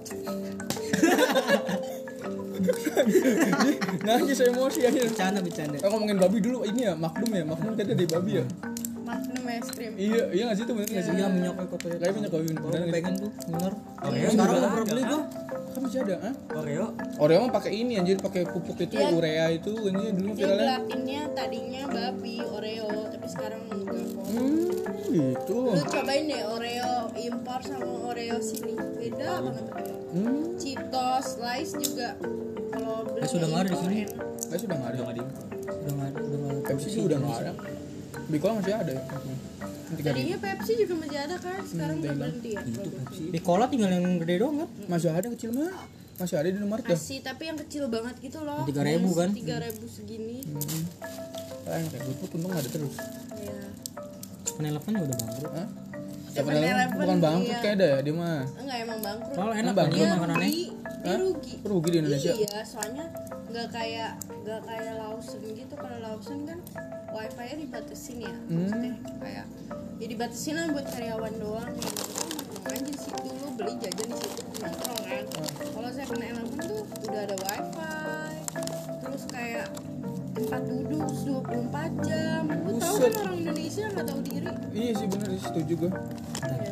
Nangis emosi akhirnya. Bercanda bercanda. Kita ngomongin babi dulu ini ya, Magnum ya, Magnum tadi dari babi ya. Magnum es krim. Iya, iya nggak sih itu bener nggak sih? Iya minyaknya kotor. Kayak minyak babi Kalau bener nggak sih? pengen tuh bener. Oh, iya, Sekarang juga udah pernah ada, beli kan? gua. Kan masih ada, ah? Oreo. Oreo mah pakai ini anjir, pakai pupuk itu Iya. urea itu ini dulu Dia viralnya. gelatinnya tadinya babi Oreo, tapi sekarang enggak kok. Hmm, gitu. Lu cobain deh Oreo impor sama Oreo sini, beda banget. Hmm, Cheetos, Slice juga kalau beli Eh, sudah nggak ada di sini. guys sudah nggak ada. Udah enggak diimpor. Udah nggak ada, udah nggak ada. Pepsi juga udah nggak ada. Bikola masih ada ya. Tiga ribu. Tadinya Pepsi juga masih ada kan, sekarang udah Hmm, berhenti ya. Itu Pepsi. Di cola tinggal yang gede doang kan? Masih ada kecil mah. Masih ada di Indomaret dah. Masih, tapi yang kecil banget gitu loh. tiga ribu kan? tiga ribu segini. Hmm. Kayak kayak gue untung nggak ada terus. Iya. Seven Eleven juga udah bangkrut. Hah? Seven Sebenarnya Eleven, bukan bangkrut iya. kayak ada ya dia mah. Enggak emang bangkrut. Soalnya enak Bang, kan Dia dia makanannya. rugi, dia Hah? rugi. Rugi di Indonesia. Iya, soalnya nggak kayak nggak kayak Lawson gitu. Kalau Lawson kan wifi-nya dibatasin ya, maksudnya kayak ya dibatasin lah buat karyawan doang ya. Main di situ lu beli jajan di situ nongkrong kan. Kalau saya kena Eleven tuh udah ada wifi, terus kayak tempat duduk dua puluh empat jam. Lu tahu Buset. kan orang Indonesia nggak tahu diri. Iya sih benar sih setuju gue. Ya.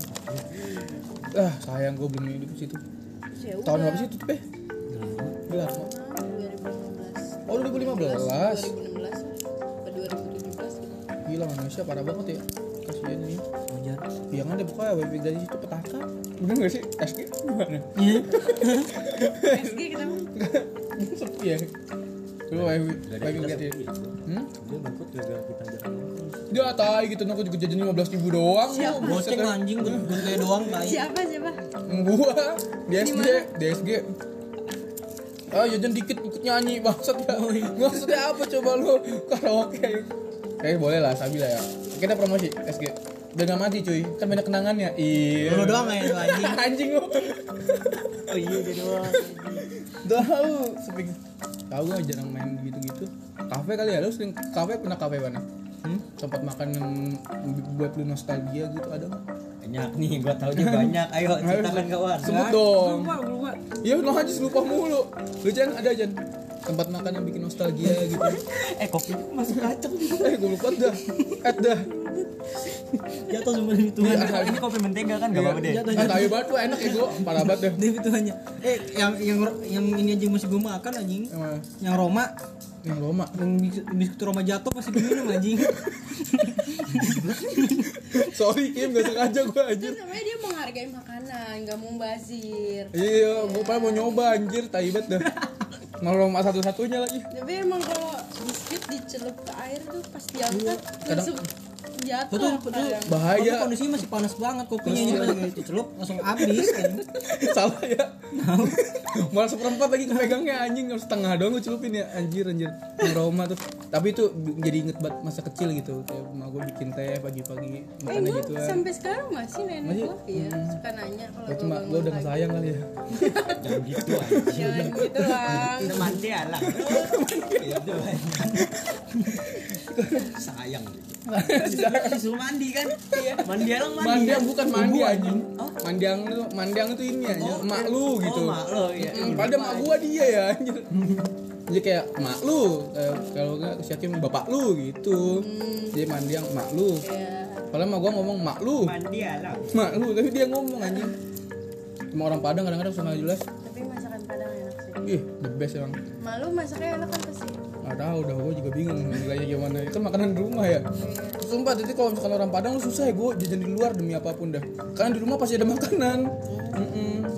Ah sayang gue belum hidup di situ. Terus ya Tahun udah. berapa sih tutup ya? Gelap. Ah, dua ribu lima belas. Oh dua ribu lima belas. dua ribu enam belas atau dua ribu tujuh belas gitu. Gila Indonesia parah banget ya. Kasihan ini. Wajar. Yang ada pokoknya wifi dari situ petaka. Bener gak sih? S G gimana? S G kenapa? Sepi ya. Lu wifi Gak ada wifi kita gak dia. sepi gitu. Hmm? Dia bangkrut gara-gara kita jarang nongkrong. Dia tai gitu nongkrong juga jajan lima belas ribu doang. Siapa? Buset Goceng dah. anjing gonte doang tai. Siapa siapa? Gua di S G, di S G. Ah jajan dikit ikut nyanyi bangsat ya. Maksudnya apa coba lu karaoke? Kayak boleh lah, sabi lah ya. Kita promosi S G. Udah gak mati cuy, kan banyak kenangannya. Iya. Lu doang ya itu anjing. Anjing lu. Oh iya dia doang. Tahu, sepik. Tahu gua jarang main gitu-gitu. Kafe kali ya, lu sering kafe pernah kafe mana? Hmm? Tempat makan yang buat lu nostalgia gitu ada nggak? Banyak nih, gua taunya banyak. Ayo ceritakan kawan. Sebut dong. Lupa, lupa. Ya lu aja lupa mulu. Lu jangan ada Jan. Tempat makan yang bikin nostalgia gitu. Eh kopinya masuk kacang. Eh gue lupa dah. Eh dah. Jatuh semua di Tuhan. Iya. Ini kopi mentega kan enggak apa-apa deh. Jatuh, Ah, tapi banget lu enak ya gue parah banget deh. Dia itu hanya. Eh yang yang yang ini aja masih gue makan anjing. Yang mana? Yang Roma, Yang Roma. yang bis- biskuit Roma jatuh masih gue minum anjing. Sorry Kim, gak sengaja gue Itu anjir. namanya dia menghargai makanan, nggak mau bazir. Iya, gue paling mau nyoba anjir, tai banget dah. Mau Roma satu-satunya lagi. Tapi emang kalau biskuit dicelup ke air tuh pas diangkat Kadang- langsung jatuh. Tuh tuh, tuh kadang. Bahaya. Tapi kondisinya masih panas banget kopinya ini pas gitu celup langsung habis anjing. Salah ya. Malah seperempat lagi kepegangnya anjing, harus setengah doang gue celupin ya anjir anjir. Yang Roma tuh. Tapi itu jadi inget banget masa kecil gitu. Kayak emak gue bikin teh pagi-pagi Eh makannya gue gitu kan. sampai sekarang masih nenek Masih? gue iya suka nanya kalau Itu gue mak bangun gue udah gak pagi. sayang kali ya. Jangan gitu aja. Jangan gitu lang. Teman dia lah. Itu sayang. Disuruh mandi kan. Iya. Mandi alang mandi. Mandiang bukan mandi Tubuh, anjing. Mandiang itu mandiang itu ini aja, emak lu gitu. Oh, mak lo ya. Hmm, padahal mak gua dia ya anjir. Jadi kayak emak lu, kayak kalau enggak siakin bapak lu gitu. Jadi mandiang emak lu. Iya. Padahal emak gua ngomong emak lu, Mandi alang. emak lu, tapi dia ngomong anjing. Cuma orang Padang kadang-kadang suka nggak jelas. Tapi masakan Padang enak sih. Ih, the best emang. Malu masaknya enak kan pasti. Nggak tahu dah, gua juga bingung nilainya gimana. Kan makanan di rumah ya. Sumpah, jadi kalau misalkan orang Padang lu susah ya gua jajan di luar demi apapun dah. Karena di rumah pasti ada makanan. Mm-mm.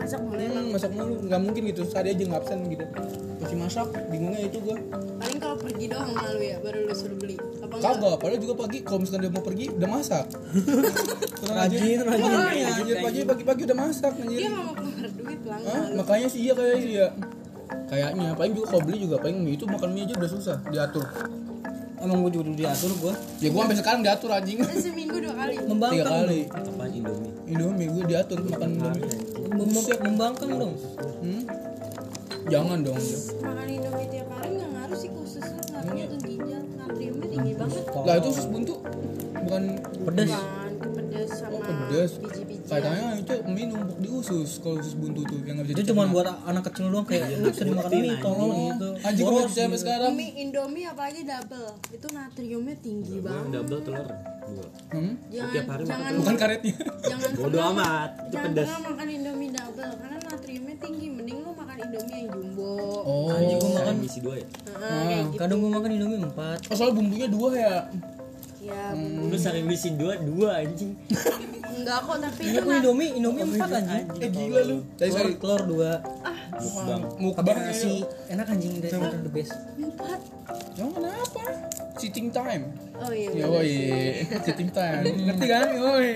masak mulai Hmm, emang. masak mulu, nggak mungkin gitu. Sehari aja nggak absen gitu. Masih masak, bingungnya itu gua. Paling kalau pergi doang malu ya, baru lu suruh beli. Apa enggak? Kagak, padahal juga pagi kalau misalkan dia mau pergi udah masak. Tenang aja. Rajin, rajin. Makanya, anjir pagi pagi-pagi udah masak anjir. Dia nggak mau keluar duit lah. Hah? malu. Makanya sih iya kayaknya sih ya. Kayaknya paling juga kalau beli juga paling mie itu makan mie aja udah susah diatur. Emang gue juga udah diatur gue. Ya gua sampai sekarang diatur anjing. Eh, seminggu dua kali. Tiga Membangkang. kali. Apaan Indomie? Indomie gue diatur makan Indomie. Mem- Membangkang dong. Hmm? Jangan dong. Makan Indomie tiap hari nggak ngaruh sih khususnya nggak tergantung ginjal, natriumnya tinggi banget. Lah itu usus buntu bukan Pedes. Bukan pedas sama Oh, pedas. biji-bijian. Katanya itu mie numpuk di usus kalau usus buntu tuh yang nggak bisa Itu dicerna. cuma buat anak kecil doang kayak lu sering makan mie tolong gitu. Anjing gue Boros bisa sampai gitu. sekarang. Mie Indomie apalagi double itu natriumnya tinggi Gua banget. double telur dua. Hmm? Jangan Tiap hari makan jangan Bukan karetnya. jangan Bodo pernah- amat, itu jangan pedas. pernah makan Indomie double karena natriumnya tinggi. Mending lu makan Indomie yang jumbo. Oh. Anjing gua makan. Misi dua ya? Heeh, kayak gitu. Kadang gue makan Indomie empat. Oh, soalnya bumbunya dua ya. Ya, Lu sering misi dua dua anjing. enggak kok tapi Ini itu aku nat- Indomie, Indomie empat anjing. Eh gila lu. Tadi Telur, sorry. telur dua. Mukbang. Pakai Mukbang nasi. Enak anjing deh, bener the best. empat. Emang kenapa? Sitting time. Oh iya. Ya bener woi, sih. sitting time. Ngerti kan? Woi.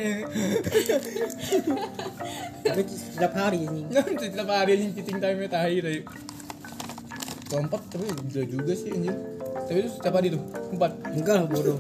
Tapi setiap hari anjing. Ngerti tiap hari anjing sitting time-nya tahi tadi. Keempat tapi gila juga sih anjir. Tapi itu setiap hari tuh empat. Enggak lah bodoh.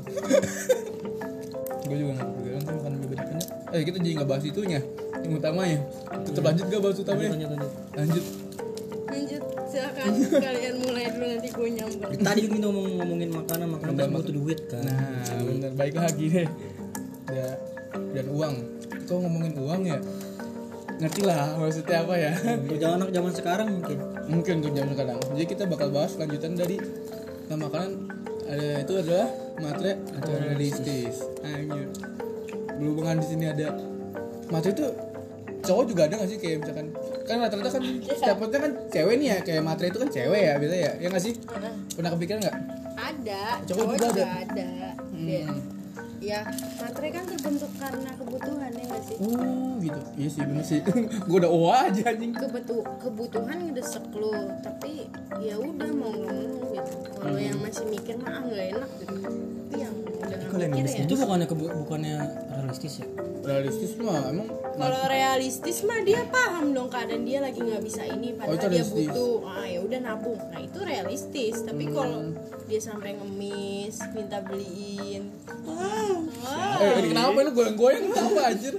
Gue juga nggak kepikiran tuh makan mie banyak. Eh kita jadi nggak bahas itunya, yang utamanya. Tetap lanjut gak bahas utamanya? Lanjut, lanjut. Lanjut. Lanjut silakan kalian mulai dulu nanti gue nyambung. Tadi kita ngomong ngomongin makanan, makanan Udah, pasti butuh duit kan. Nah bener, baik lagi deh. Ya, dan uang. Kau ngomongin uang ya? Ngerti lah maksudnya apa ya? Untuk jangan anak zaman sekarang mungkin. Mungkin untuk jam sekarang. Jadi kita bakal bahas lanjutan dari nah, makanan ada itu adalah matre atau realistis. Anjir. Berhubungan di sini ada matre itu cowok juga ada nggak sih kayak misalkan kan rata-rata kan setiap matre kan cewek nih ya kayak matre itu kan cewek ya biasa ya ya nggak sih pernah kepikiran nggak? Ada, Cowok cowok juga juga, ada. ada. Dia- Ya, matre kan terbentuk karena kebutuhan ya nggak sih? Oh gitu iya sih bener sih gue udah oa aja anjing. Kebetu kebutuhan ngedesek lu, tapi ya udah mau nggak mau gitu. Kalau yang masih mikir mah ah, nggak enak gitu. Tapi yang udah nggak mikir ya. Itu bukannya kebu- bukannya realistis ya? Realistis mah emang Kalau realistis mah dia paham dong keadaan dia lagi nggak bisa ini, Oh, itu padahal dia realistis. butuh. Ah ya udah nabung. Nah itu realistis. Tapi Hmm. kalau dia sampai ngemis, minta beliin. Wah, eh ini kenapa lu goyang-goyang kenapa anjir?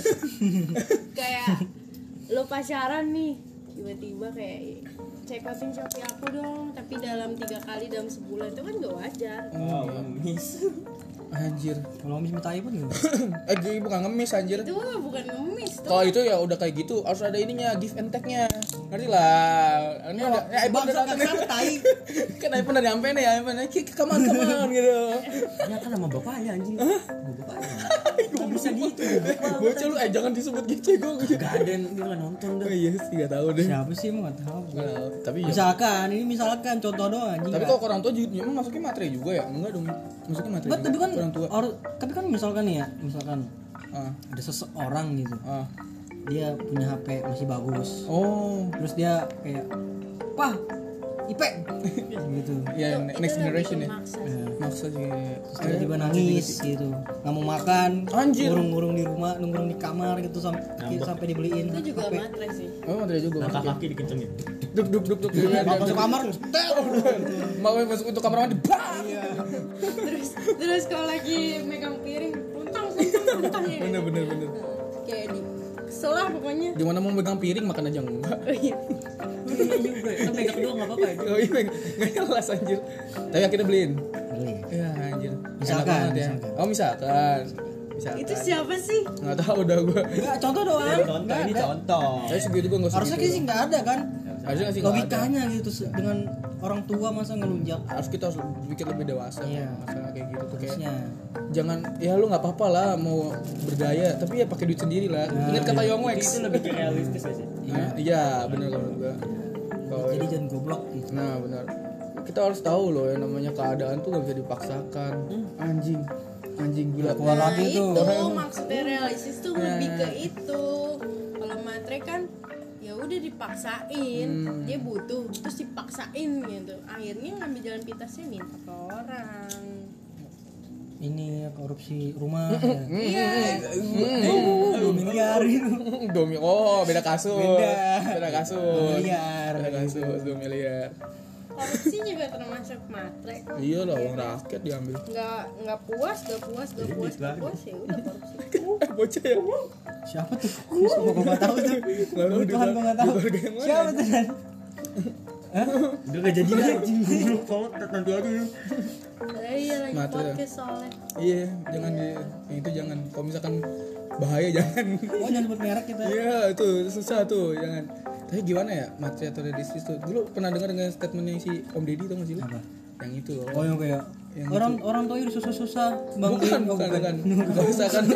kayak lo pacaran nih, tiba-tiba kayak cekotin Shopee aku dong, tapi dalam tiga kali dalam sebulan itu kan gak wajar. Oh, miss. Anjir. Kalau mis minta iPhone gimana? Eh gue bukan ngemis anjir. Itu mah bukan ngemis tuh. Kalau itu ya udah kayak gitu harus ada ininya give and take-nya. Ngerti lah. Ini ada ya iPhone udah datang. Kan iPhone udah nyampe nih ya, iPhone. Come on, come on gitu. Ya kan sama bapaknya anjing. Sama bapaknya. Kok bisa gitu? Bocah lu eh jangan disebut gitu gue. Gak ada yang dia nggak nonton Oh dah. iya sih enggak tahu deh. Siapa sih emang nggak tahu. Nggak tahu. Tapi ya. Misalkan ini misalkan contoh doang anjing. Tapi kalau orang tua juga emang masuknya materi juga ya? Enggak dong. Masuknya materi. Nggak, tapi kan orang tua. or- tapi kan misalkan nih ya, misalkan Ah, ada seseorang gitu. ah. Dia punya H P masih bagus. Oh. Terus dia kayak, "Pah, I P." gitu. Ya Itu- next itu lebih generation ya. memaksa. Maksa sih. Terus tiba-tiba nangis gitu. Nggak mau makan. Anjir. Ngurung-ngurung di rumah, nungguin di kamar gitu sampai sampai dibeliin Itu juga H P. matre sih. Oh, materi juga. Langkah kaki dikencengin. Duk duk duk duk. Mau masuk kamar, Mau masuk untuk kamar mandi. Bang. Terus terus kalau lagi megang piring, untang untang untang ya. Bener bener bener. Kayak di selah pokoknya. Gimana mau megang piring makan aja enggak? Oh iya. Iya juga. Kan megang doang nggak apa-apa ya. Oh iya, nggak jelas anjir. Tapi akhirnya beliin. Beli. Ya anjir. Misalkan, Enak banget ya. misalkan. Oh misalkan. Misalkan. Itu siapa sih? Nggak tahu udah gue. Enggak, contoh doang. Contoh Nggak ini ada. contoh. Saya segitu gue nggak usah. Harusnya gitu. sih nggak ada kan? Harusnya nggak sih nggak ada. Logikanya gitu se- dengan orang tua masa ngelunjak. Harus kita harus pikir lebih dewasa. Iya. Masalah kayak gitu tuh kayak. Harusnya. Jangan ya lu nggak apa-apa lah mau berdaya tapi ya pakai duit sendiri lah. Ingat kata Yongwex. Itu lebih ke realistis gak sih? Nah, iya benar kalau menurut gue. Kalau Jadi jangan goblok gitu. nah benar. Kita harus tahu loh yang namanya keadaan tuh gak bisa dipaksakan. Anjing. Anjing gila. Keluar Nah, lagi itu tuh. maksudnya realistis tuh lebih ke itu. Kalau matre kan ya udah dipaksain, Hmm. dia butuh terus dipaksain gitu, akhirnya ngambil jalan pintasnya minta ke orang. Ini korupsi rumah. Iya. dua miliar itu. Domi, oh beda kasus. Beda. Beda kasus. dua miliar. Beda kasus dua miliar. Korupsi juga termasuk matre. Iya lah, uang rakyat diambil. Nggak nggak puas, nggak puas, nggak puas, nggak puas ya udah korupsi. Eh bocah ya. Siapa tuh? Gua enggak tahu tuh. Nggak tahu di Tuhan gua enggak tahu. di keluarga yang mana. Siapa tuh Dan? Udah gak jadi lagi. Kalau nanti aja. Eh, iya lagi Matre. podcast soalnya. Iya, jangan di yang itu jangan. Kalau misalkan bahaya jangan. Oh, jangan sebut merek kita. Iya, itu susah tuh, jangan. Tapi gimana ya, materi atau redistis tuh? Dulu pernah dengar dengan statementnya si Om Deddy tuh nggak sih? lu? Apa? Yang itu loh. Oh, yang kayak Yang orang orang tua udah susah-susah bang. bukan, bukan, bukan. Gak usah kan.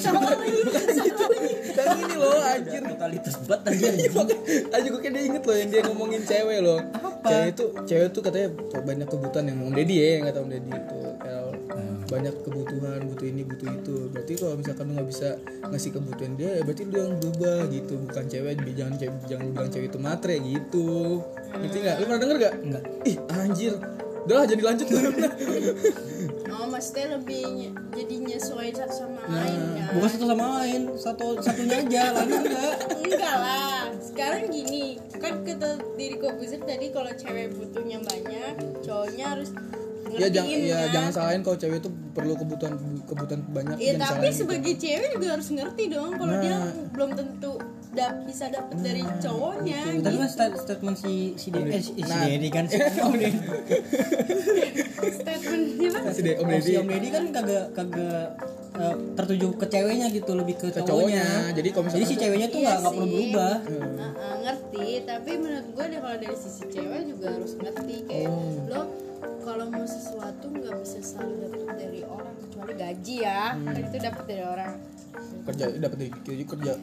Kan ini loh, anjir. Totalitas banget aja. Aja gue kayak dia inget loh yang dia ngomongin cewek loh. Apa? Cewek tuh, cewek tuh katanya banyak kebutuhan yang Om Deddy ya, yang kata Om Deddy itu. Kayak banyak kebutuhan, butuh ini, butuh itu. Berarti kalau misalkan lu nggak bisa ngasih kebutuhan dia, ya berarti lu yang berubah gitu. Bukan cewek, jangan cewek, jangan bilang cewek itu matre gitu. Ngerti nggak? Lu pernah denger gak? Enggak. Ih anjir. Udah lah, jadi lanjut dulu. Oh, maksudnya lebih nye- jadi nyesuaiin satu sama lain ya. Bukan satu sama lain, satu satunya aja, lainnya enggak. Enggak lah. Sekarang gini, kan kata diri Kobuzer tadi kalau cewek butuhnya banyak, cowoknya harus Ya jangan, ngertiin ya kan. jangan salahin kalau cewek itu perlu kebutuhan kebutuhan banyak. Iya, jangan tapi salahin gitu. sebagai cewek juga harus ngerti dong kalau Nah. dia belum tentu dap- bisa dapet dari cowoknya. Tapi Gitu. kan sta- statement si si Deddy, eh, si, si Nah. Deddy kan si Om Deddy. Statement gimana? Si De- Om Oh, Deddy si Om Deddy kan kagak kagak eh, tertuju ke ceweknya gitu, lebih ke, ke cowoknya. cowoknya. Jadi kalau misalkan Jadi si ceweknya tuh Iya nggak nggak perlu sih. berubah. Heeh, ngerti, tapi menurut gue deh kalau dari sisi cewek juga harus ngerti kayak Oh. lo kalau mau sesuatu nggak bisa selalu dapet dari orang kecuali gaji ya, Hmm. kan itu dapet dari orang. kerja dapat dari kita juga kerja.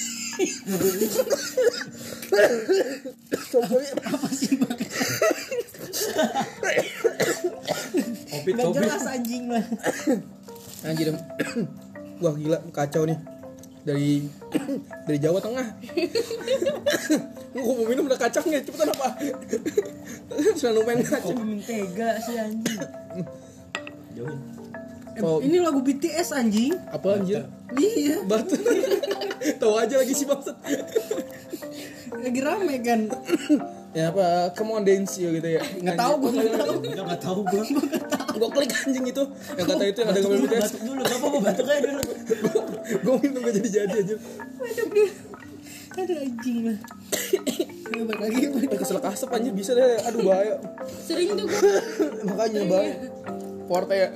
Apa sih Bang? Kopi Nggak kopi. jelas anjing lah. Anjir. Wah gila kacau nih. Dari dari Jawa Tengah. Gua mau minum udah kacangnya, cepetan apa? Sudah lumayan kacang. Kopi mentega sih anjing. Jauhin. Oh, Ini lagu B T S anjing. apa anjir? Iya, Batu. Tahu aja lagi si bangsat. lagi rame kan. Ya apa? Come on dance you gitu ya. Nggak tahu gue nggak tahu. Enggak enggak tahu gua. Gua klik anjing itu. Yang kata itu yang ada gambar B T S. Batuk dulu, enggak apa-apa batuk aja dulu. Gua minum gak jadi-jadi aja. Ada anjing lah. Ayo balik lagi. Eh keselak asap anjir bisa deh. Aduh bahaya. Sering tuh gue Makanya bahaya. Porte ya.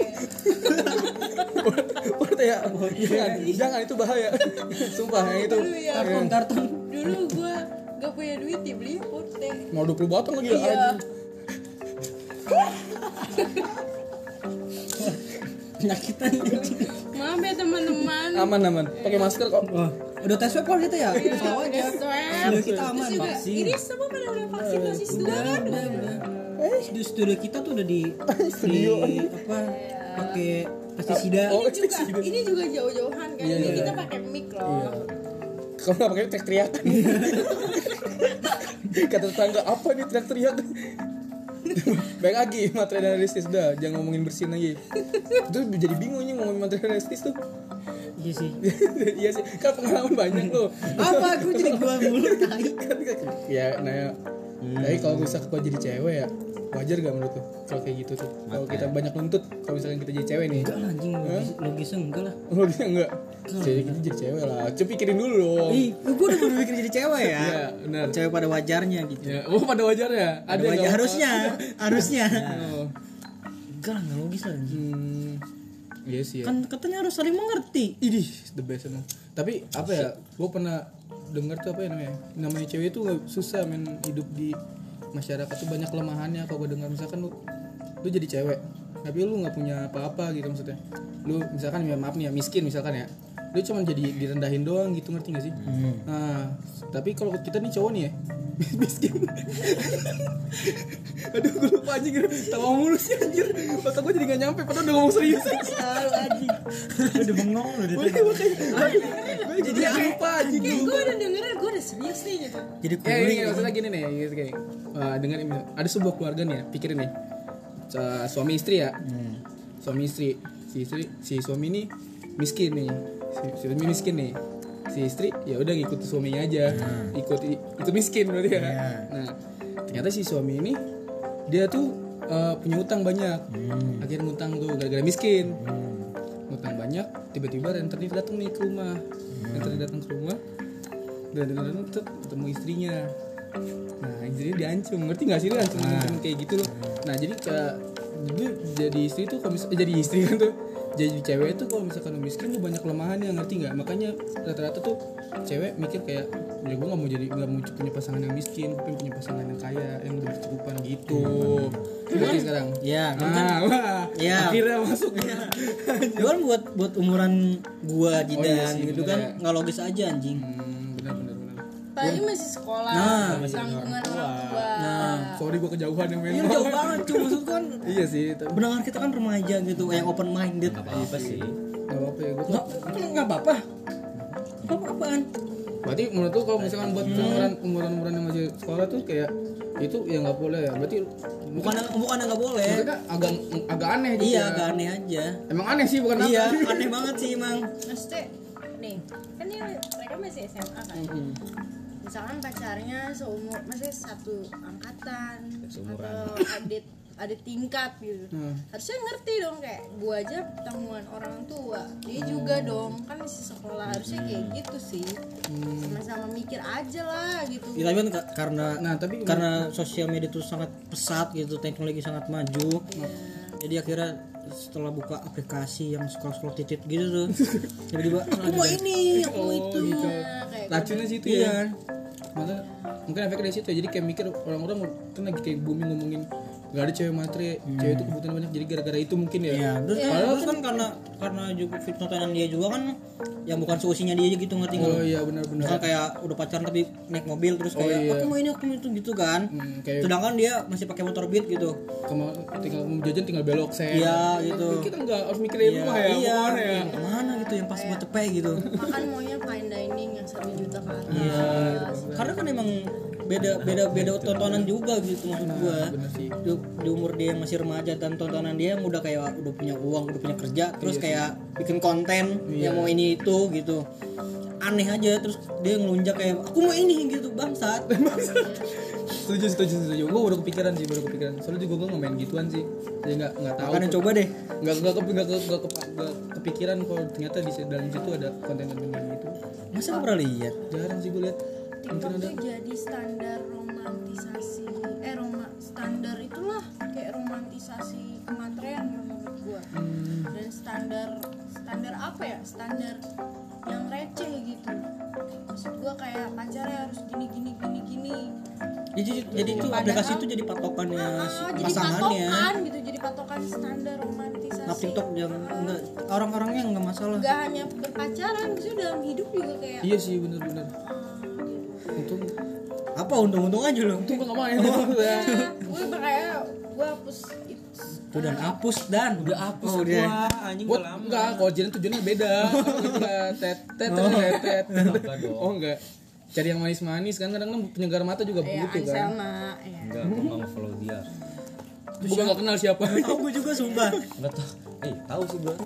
Porte ya. Jangan, jangan itu bahaya. Sumpah yang itu. dulu ya. Karton karton. Dulu gue gak punya duit dibeli porte. Mau dua puluh batang lagi ya. Iya. anjing. Penyakitan. Maaf ya teman-teman. Aman aman. Pakai masker kok. Wah, udah tes swab kok kita ya? Iya, Tahu udah aja. swab. Studio kita Terus aman. juga, Vaksin. ini semua pada udah vaksin dosis dua Udah, kan? udah, udah. Eh, studio, studio kita tuh udah di Studio. di apa? Pakai pestisida. Oh, Ini juga, ini juga jauh-jauhan kan? Iya, Ini iya. kita pakai mic loh. Iya. Kalau nggak pakai teriak-teriakan. Kata tetangga apa nih teriak-teriak. Baik lagi materi realistis dah, jangan ngomongin bersin lagi. Itu jadi bingung nih ngomongin materi realistis tuh. Iya sih. Iya sih, kan pengalaman banyak loh. Apa aku jadi gua mulu tai. Ya, nah ya. Tapi kalau bisa kalau jadi cewek ya, wajar gak menurut lo? Kalau kayak gitu tuh. Kalau kita banyak nuntut, kalau misalkan kita jadi cewek nih. Enggak lah anjing, logis, logisnya enggak lah. Oh dia enggak. Jadi kita jadi cewek lah. Coba pikirin dulu dong. Ih, gua udah berpikir jadi cewek ya. Iya, benar. Cewek pada wajarnya gitu. Ya, oh pada wajarnya. Ada yang wajar nggak- harusnya, harusnya. Oh. Enggak lah, enggak logis lah anjing. Hmm. Iya sih ya. Kan katanya harus saling mengerti. Idih, the best emang. Tapi apa ya? Gue pernah dengar tuh apa ya namanya? Namanya cewek tuh nggak susah men hidup di masyarakat tuh banyak kelemahannya. Kalau gue dengar misalkan lu lu jadi cewek, tapi lu nggak punya apa-apa gitu maksudnya. Lu misalkan ya maaf nih ya miskin misalkan ya. Lu cuma jadi direndahin doang gitu, ngerti gak sih? Nah, tapi kalau kita nih cowok nih ya miskin. Aduh gue lupa anjing. Tawa mulu sih anjir. Otak gue jadi gak nyampe padahal udah ngomong serius. Selalu anjing. Udah bengong lu di Gue jadi lupa anjing. Kayak gue udah dengerin, gue udah serius nih gitu. Jadi Kayak kuling. ini maksudnya gini nih, gitu kayak. Uh, dengan ada sebuah keluarga nih ya, pikirin nih. Uh, suami istri ya. Hmm. Suami istri. Si istri si suami ini miskin nih. Si, si suami miskin nih. Si istri ya udah ngikut suaminya aja. Hmm. Ikut ikut miskin berarti ya. Iya. Nah, ternyata si suami ini dia tuh uh, punya utang banyak. Hmm. Akhirnya ngutang tuh gara-gara miskin. Hmm. Ngutang banyak, tiba-tiba renter ini datang nih ke rumah. Renter ini datang ke rumah. Dan dan dan ketemu istrinya. Nah, istrinya diancam. Ngerti enggak sih lu ancam Nah. kayak gitu loh. Nah, jadi kayak dulu jadi istri tuh kalau mis- eh, jadi istri kan tuh. Jadi cewek tuh kalau misalkan lu miskin lu banyak kelemahannya, ngerti nggak? Makanya rata-rata tuh cewek mikir kayak ya gue nggak mau jadi nggak mau punya pasangan yang miskin, tapi punya pasangan yang kaya yang udah berkecukupan gitu. Berarti sekarang. Iya, kan Nah, wah, Iya. akhirnya masuk ya. itu kan buat buat umuran gua Jidan Oh, iya sih, gitu bener kan ya. nggak logis aja anjing. Hmm, benar benar benar. Apalagi masih sekolah, Nah, masih tanggungan orang orang tua. Nah, Sorry gue kejauhan yang main. Iya jauh banget cuy, maksud kan Iya sih, tapi pendengar kita kan remaja gitu, yang open minded. Enggak apa-apa sih. nggak apa-apa ya gue. Nggak, kan nggak apa-apa. Apa apaan? Berarti menurut lu kalau misalkan buat umuran umuran umuran yang masih sekolah tuh kayak itu ya nggak boleh ya. Berarti Bukan bukan nggak boleh. maksudnya agak agak aneh gitu. Iya, ya. agak aneh aja. Emang aneh sih bukan Iya, apa. aneh banget sih emang. Maksudnya, nih, kan ini mereka masih S M A kan. Misalkan pacarnya seumur, maksudnya satu angkatan Seumuran. atau adik adik tingkat gitu. Hmm. Harusnya ngerti dong kayak gua aja tanggungan orang tua, dia juga dong kan masih sekolah, harusnya kayak gitu sih. Sama-sama mikir aja lah gitu. Ya, tapi kan ka- karena Nah, tapi karena sosial media itu sangat pesat gitu, teknologi sangat maju. Jadi akhirnya setelah buka aplikasi yang scroll-scroll titit gitu tuh, tiba-tiba aku mau ini, aku mau itu. gitu. Nah, kayak Racunnya situ Iya. ya. Maka mungkin efeknya dari situ ya. Jadi kayak mikir orang-orang kan lagi kayak booming ngomongin gak ada cewek matre, cewek itu kebutuhan banyak. Jadi gara-gara itu mungkin ya. Iya, terus padahal kan karena karena juga fit tontonan dia juga kan yang bukan seusianya dia gitu, ngerti nggak? Oh iya benar-benar. Misal kayak udah pacaran tapi naik mobil terus Oh, kayak iya. aku mau ini aku mau itu gitu kan. Hmm, kayak Sedangkan dia masih pakai motor Beat gitu. kema- tinggal mau jajan tinggal belok sen. Iya, gitu. Kita nggak harus mikirin rumah ya, iya, mau kemana ya. yang kemana gitu yang pas buat cepet gitu. makan maunya fine dining yang satu juta ke atas. Iya, karena kan emang beda beda beda tontonan juga gitu maksud gua. Bener sih. Di, di umur dia yang masih remaja dan tontonan dia yang udah kayak udah punya uang, udah punya kerja, terus kayak bikin konten yang mau ini itu gitu. Aneh aja, terus dia ngelunjak kayak aku mau ini gitu, bangsat. Setuju, setuju, setuju. Gue baru kepikiran sih, baru kepikiran. Soalnya juga gue nggak main gituan sih. Jadi nggak nggak tahu. Makanya coba deh. Nggak nggak kepi- nggak ke- nggak ke- nggak kepikiran kalau ternyata di dalam situ ada konten-konten kayak gitu. Masa gak pernah lihat? Jarang sih gue lihat. Mungkin TikTok ada. tuh jadi standar romantisasi eh roma standar itulah kayak romantisasi kematerean menurut gua. Hmm. Dan standar standar apa ya, standar yang receh gitu. Maksud gua kayak pacarnya harus gini gini gini gini. Jadi jadi itu Padahal- aplikasi itu jadi patokannya Ah, si jadi pasangannya. patokan gitu, jadi patokan standar romantisasi. Nah, TikTok yang enggak orang-orangnya enggak masalah. Gak hanya berpacaran, maksudnya dalam hidup juga kayak Iya sih, bener-bener. ah, gitu. Untung, Apa untung-untung aja lu. untung gue nggak main. Ya. Gue makanya gue hapus itu. Tuh dan hapus dan udah hapus oh, udah. Wah, anjing Buat udah lama. enggak, kalau jalan tujuannya beda. Enggak, tet tet tet tet. Enggak dong. Oh enggak. Cari yang manis-manis kan kadang-kadang penyegar mata juga Ya, begitu kan. Anselma ya. Enggak, gue enggak nge-follow dia. Gue nggak kenal siapa. Tahu gue juga sumpah. Enggak tahu. Eh, tahu sih gue.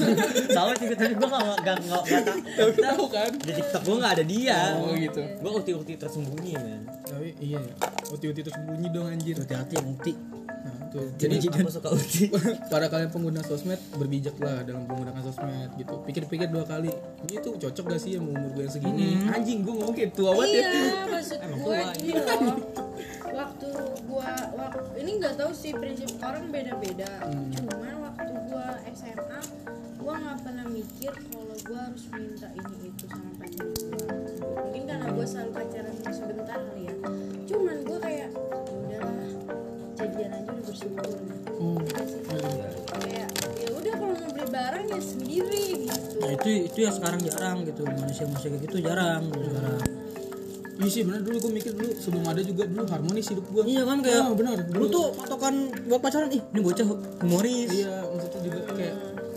Tahu sih tapi gue enggak enggak enggak tahu. Tahu kan? Di TikTok gue enggak ada dia. Oh gitu. Gue ukti-ukti tersembunyi, men. Tapi iya ya. Uti-uti terus bunyi dong anjir. Hati-hati yang ukti. Nah, tuh. Jadi Jadi aku suka ukti. para kalian pengguna sosmed berbijaklah dalam menggunakan sosmed gitu. Pikir-pikir dua kali. Ini tuh cocok gak sih sama umur gue yang segini? Anjing gue ngomong kayak tua banget ya. Iya, maksud Emang gue tua, ini loh. Waktu gua waktu ini nggak tahu sih, prinsip orang beda-beda. Cuman waktu gua S M A, gua nggak pernah mikir kalau gua harus minta ini itu sama pacar gua. Mungkin karena gua selalu pacaran sebentar kali ya. Cuman gua kayak ya udahlah, jadian aja udah bersyukur. Hmm. Ya sih? Kayak ya udah kalau mau beli barang ya sendiri gitu. Nah, itu itu yang sekarang jarang gitu. Manusia-manusia kayak gitu jarang gitu sekarang. Iya sih benar, dulu gue mikir dulu sebelum ada juga dulu harmonis hidup gue. Iya kan kayak Ah, benar. Lu tuh patokan buat pacaran ih, ini bocah humoris. Iya, maksudnya juga kayak gue tahu-tahu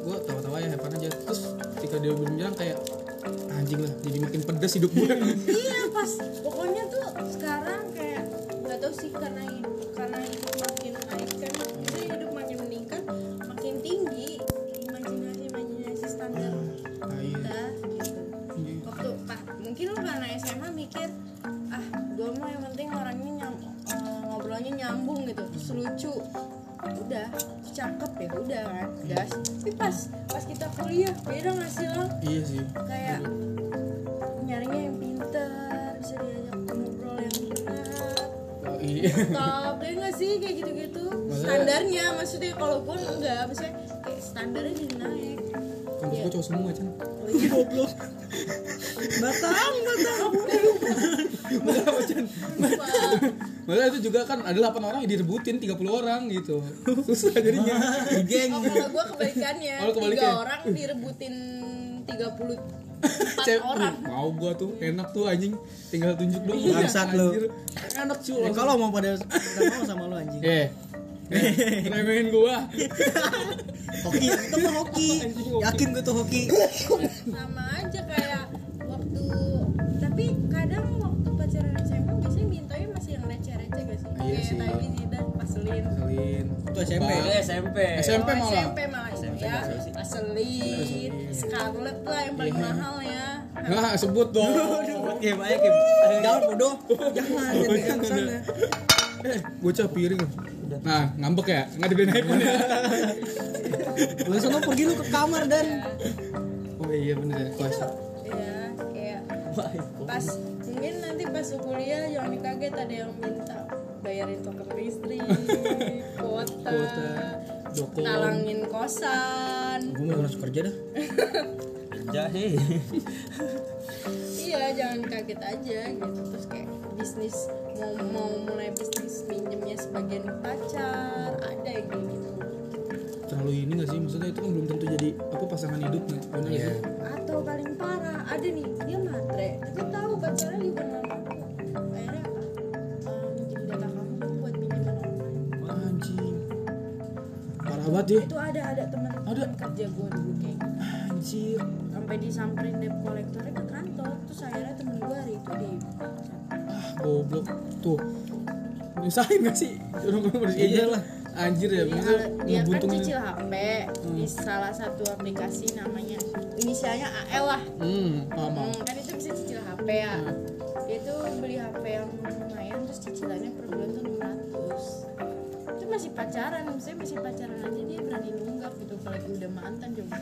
tahu aja, have fun aja. Terus ketika dia bilang kayak anjing lah, jadi makin pedes hidup gue. Iya pas pokoknya tuh sekarang kayak nggak tahu sih karena karena hidup makin naik kan, jadi hidup makin meningkat, makin tinggi imajinasi imajinasi standar Ah, iya. kita gitu. Iya. Waktu pak mungkin lu karena S M A mikir ah gue mah yang penting orangnya nyam, eh, ngobrolnya nyambung gitu, terus lucu, udah cakep ya udah kan gas. Tapi pas pas kita kuliah beda nggak sih lo? Iya sih. Kayak nyarinya yang pintar, bisa diajak ngobrol yang berat, Oh, iya. top ya nggak sih kayak gitu-gitu. Maksudnya- Standarnya maksudnya kalau gue enggak, maksudnya kayak standarnya jadi naik. Kampus Iya. gue cowok semua Chan. Oh iya goblok. Batang, batang. Kenapa Chan? Lupa. Maksudnya itu juga kan ada delapan orang yang direbutin tiga puluh orang gitu. Susah jadinya. Di geng. Oh kalau gue kebalikannya, Oh, lu kebalikannya? tiga orang direbutin tiga puluh empat Cep, orang. mau gua tuh enak tuh anjing, tinggal tunjuk doang. Bangsat lu. Anjir. Enak cuy. Ya, kalau mau pada nggak mau sama lu anjing. Eh, eh, remehin gua. Hoki, itu mah hoki. Yakin gue tuh hoki. Sama aja kayak waktu, tapi kadang waktu pacaran S M A biasanya mintanya masih yang receh-receh gak sih? Iya Kayak sih. tadi Zidan paselin. Selin. Itu S M P. Itu S M P. S M P Oh, malah. S M P malah ya. Paselin, Scarlet lah yang paling mahal ya. Enggak sebut dong. Kim, ayo Kim. Jangan bodoh. Jangan, jangan ke sana. Eh, bocah piring. Nah, ngambek ya? Enggak dibedain iPhone ya. Lu sono pergi lu ke kamar dan Oh iya bener ya, kelas. Ya, kayak pas mungkin nanti pas kuliah jangan dikaget ada yang minta bayarin token listrik, kuota, Kuota, Joko. talangin kosan. gue mau harus kerja dah. Kerja hei. Iya, jangan kaget aja gitu. Terus kayak bisnis mau mau mulai bisnis minjemnya sebagian pacar, ada yang kayak gitu. Terlalu ini gak sih? Maksudnya itu kan belum tentu jadi apa pasangan hidup nih. Bener Iya. sih? Atau paling parah ada nih dia matre, tapi tahu pacarnya juga nggak mampu. Akhirnya apa? Eh, minjem data kamu dong buat pinjaman online. Anjing. Parah banget ya. Itu ada ada teman Ada. teman kerja gue dulu kayak gitu. Anjir. Sampai disamperin debt collectornya ke kantor, terus akhirnya temen gue hari itu di Ah, goblok. Tuh. Nyusahin gak sih? Orang-orang bersih Iya lah. Anjir ya, Dia, maksudnya dia kan ngebuntungin. cicil H P di salah satu aplikasi namanya inisialnya A L lah. Hmm, paham. paham. Hmm, kan itu bisa cicil H P ya. Dia tuh beli H P yang lumayan terus cicilannya per bulan tuh enam ratus. Itu masih pacaran, maksudnya masih pacaran aja dia berani nunggak gitu apalagi udah mantan coba.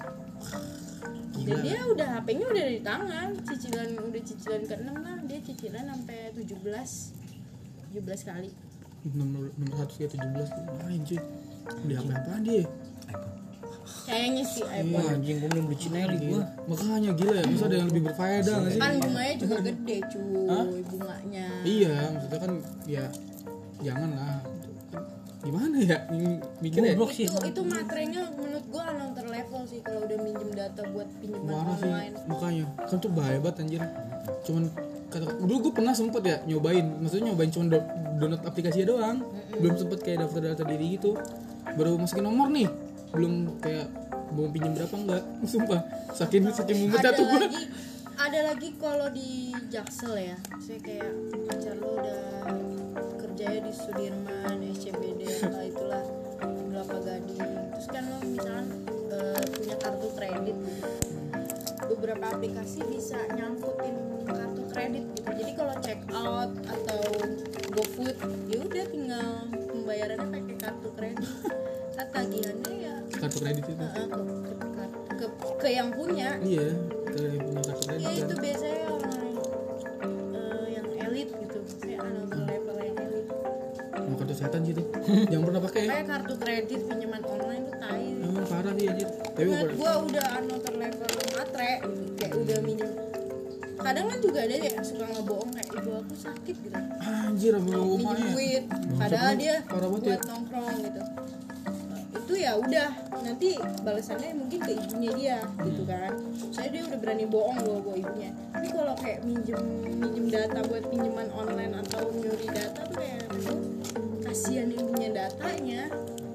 Dan dia udah H P-nya udah di tangan, cicilan udah cicilan ke enam lah, dia cicilan sampai tujuh belas tujuh belas kali. Nomor nomor satu ya tujuh belas main cuy. Beli H P apaan dia? Kayaknya sih Wah iPhone. anjing gue belum beli Cinelli gue. Makanya gila ya, masa ada yang lebih berfaedah gak sih? Kan bunganya juga gede cuy, Hah? bunganya. Iya, maksudnya kan ya jangan lah. Gimana ya? Mikir ya? Goblok sih. Itu itu materainya menurut gua another level sih kalau udah minjem data buat pinjaman Parah sih, online. makanya kan tuh bahaya banget anjir. Cuman kata dulu gue pernah sempet ya nyobain, maksudnya nyobain cuma do- download aplikasinya doang, belum sempet kayak daftar-daftar diri gitu. Baru masukin nomor nih, belum kayak mau pinjam berapa enggak, sumpah. Saking saking mumetnya Ada tuh gue. lagi ada lagi kalau di Jaksel ya, saya kayak pacar lo udah kerjanya di Sudirman, S C B D lah itulah Kelapa Gading. Terus kan lo misalkan eh, punya kartu kredit, beberapa aplikasi bisa nyangkutin kartu kredit gitu. Jadi kalau check out atau GoFood, ya udah tinggal pembayarannya pakai kartu kredit. Kan tagihannya ya Kartu kredit itu. eh, ke, ke, ke, ke yang punya. Iya, kayak punya kartu kredit. Ya kan. itu biasanya orang eh, yang elit gitu, saya another level yang elit. Mau kartu setan gitu. Jangan pernah pakai. Kayak kartu kredit pinjaman online tuh tai. Emang parah sih anjir. Tapi Menurut gua- gua udah another level matre gitu, kayak udah minjem. Kadang kan juga ada ya suka ngebohong kayak ibu aku sakit gitu, anjir sama minjem rumahnya. duit, padahal dia Parah banget buat ya. nongkrong gitu. Eh, Itu ya udah nanti balasannya mungkin ke ibunya dia gitu kan. Saya dia udah berani bohong loh bawa ibunya. Tapi kalau kayak minjem minjem data buat pinjaman online atau nyuri data tuh kayak aduh, kasihan yang punya datanya.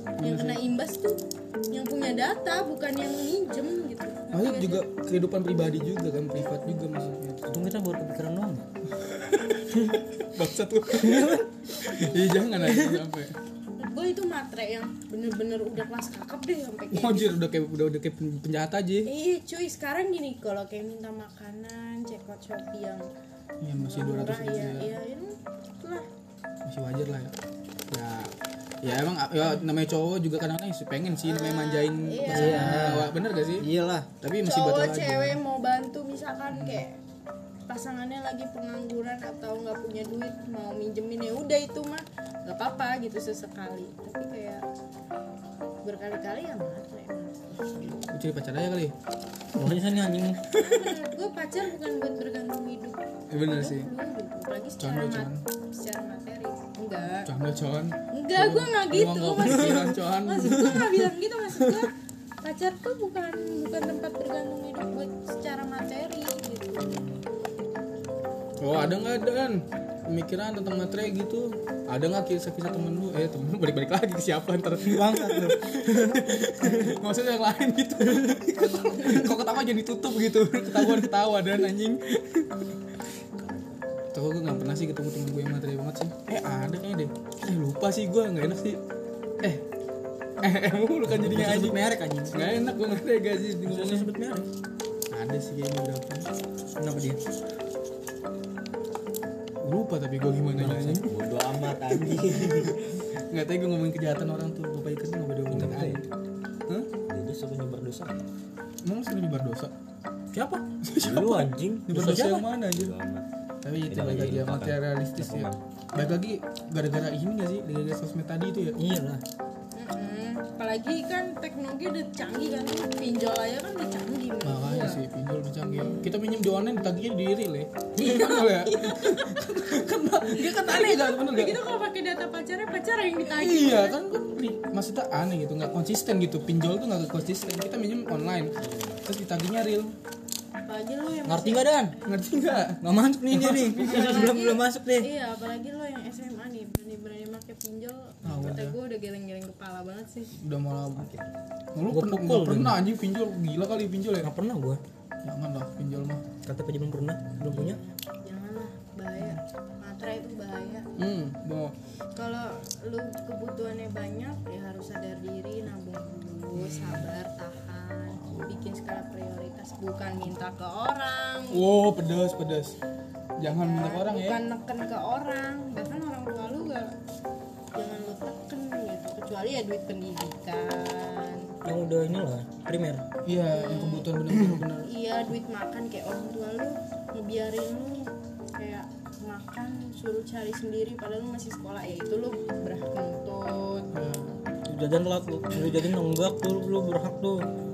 yang kena imbas tuh yang punya data bukan yang minjem gitu. Maksud juga kehidupan pribadi juga kan, privat juga maksudnya. Untung kita baru kepikiran doang. Bangsat tuh. Iya jangan aja sampai. Gue itu matre yang bener-bener udah kelas kakap deh sampai kayak Anjir udah kayak udah udah kayak penjahat aja. iya cuy, sekarang gini kalau kayak minta makanan check out Shopee yang Iya masih dua ratus murah, ribu. ya, ya, ya, itulah. Masih wajar lah ya. Ya ya emang ya namanya cowok juga kadang-kadang sih pengen sih namanya manjain iya. pasangan. Wah, bener gak sih? Iyalah. Tapi masih batu Cowok aja. cewek mau bantu misalkan kayak pasangannya lagi pengangguran atau nggak punya duit mau minjemin ya udah itu mah nggak apa-apa gitu sesekali, tapi kayak berkali-kali ya matre. Lu cari pacar aja kali. Pokoknya sana anjing. Menurut gue pacar bukan buat bergantung hidup. Ya bener Hidup sih. lu gitu. Apalagi secara, Canda, mat- Con. secara materi. Enggak. Canda con. Enggak, gue nggak gitu. Emang nggak Maksud, kepikiran, Con. maksud gue nggak bilang gitu. Maksud gue pacar tuh bukan bukan tempat bergantung hidup buat secara materi gitu. Oh ada nggak Dan pemikiran tentang materi gitu? Ada nggak kisah-kisah temen lu? Eh temen lu balik-balik lagi ke siapa ntar? Bangsat lu. Maksudnya yang lain gitu. Kok ketawa jadi ditutup gitu? Ketahuan ketawa Dan anjing. Tahu gue nggak pernah sih ketemu temen gue yang materi banget sih. Eh ada kayaknya deh. Eh lupa sih gue nggak enak sih. Eh eh eh mulu kan jadinya Sebut anjing. merek anjing. Nggak enak gue nggak tega sih Bisa ngomongnya. sebut merek. Ada sih kayaknya berapa. Kenapa dia? Lupa tapi gue gimana anjing. Bodo amat anjing. Nggak tahu gue ngomongin kejahatan orang tuh bapak ikan nggak boleh ngomongin aja. Hah? Jadi suka nyebar dosa. Emang sering nyebar dosa? Siapa? Lu anjing. Nyebar dosa yang mana aja? Bodo amat. Tapi itu Tidak balik lagi lagi ya lupakan. materialistis ya. Lupakan. Balik lagi gara-gara ini nggak sih? Gara-gara sosmed tadi itu ya. Iyalah. Mm-mm. Apalagi kan teknologi udah canggih kan, pinjol aja kan udah canggih. menurut Makanya gua. sih pinjol udah canggih. Kita minjem di online ditagihnya di real ya. Gimana ya? Kan dia kan aneh kan bener Kayak gak? gitu kalau pakai data pacarnya, pacar yang ditagih. Iya kan kan ri- maksudnya aneh gitu, nggak konsisten gitu. Pinjol tuh nggak konsisten. Kita minjem online, terus ditagihnya real. Apalagi lo yang Ngerti masih- nggak Dan? Ngerti nggak? Nggak masuk nih dia nih. Belum belum masuk deh. Iya, apalagi lo yang S M A nih berani-berani pakai pinjol. Ah, Kata gue udah geleng-geleng kepala banget sih. Udah malah. Lu Gua pernah pukul nggak pernah anjing pinjol? Gila kali pinjol ya? Nggak pernah gua. Jangan lah pinjol mah. K T P aja belum pernah. Belum punya. Janganlah, bahaya. Matre itu bahaya. Hmm, mau Kalau lu kebutuhannya banyak ya harus sadar diri, nabung dulu, sabar, tahan, bikin skala prioritas, bukan minta ke orang. wow pedas pedas. Jangan minta ke orang ya. Bukan neken ke orang, bahkan orang tua lu gak jangan lu teken gitu, kecuali ya duit pendidikan. Yang udah inilah primer. Iya, yang kebutuhan benar-benar benar. Iya, duit makan kayak orang tua lu ngebiarin lu kayak makan suruh cari sendiri padahal lu masih sekolah, ya itu lu berhak nuntut. Jajan telat lu. Lu jajan nunggak tuh lu berhak tuh.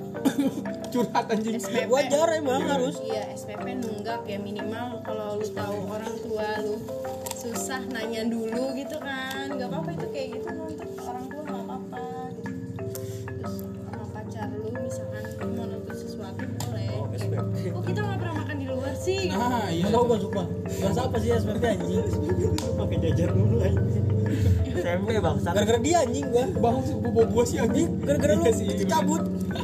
Curhat anjing. S P P Wajar emang harus. Iya, S P P nunggak ya minimal kalau lu tahu orang tua lu susah nanya dulu gitu kan. Gak apa-apa itu kayak gitu nuntut orang tua gak apa-apa gitu. Terus sama pacar lu misalkan lu mau nuntut sesuatu boleh. Oh, S P P. Oh, kita gak pernah makan di luar sih. Nah, iya. Nggak tahu gua sumpah. Bahasa apa sih S P P anjing? Pakai jajar dulu anjing. S M P bangsat. Gara-gara dia anjing gua. Bang bobo gua sih anjing. Gara-gara lu Iya sih, cabut.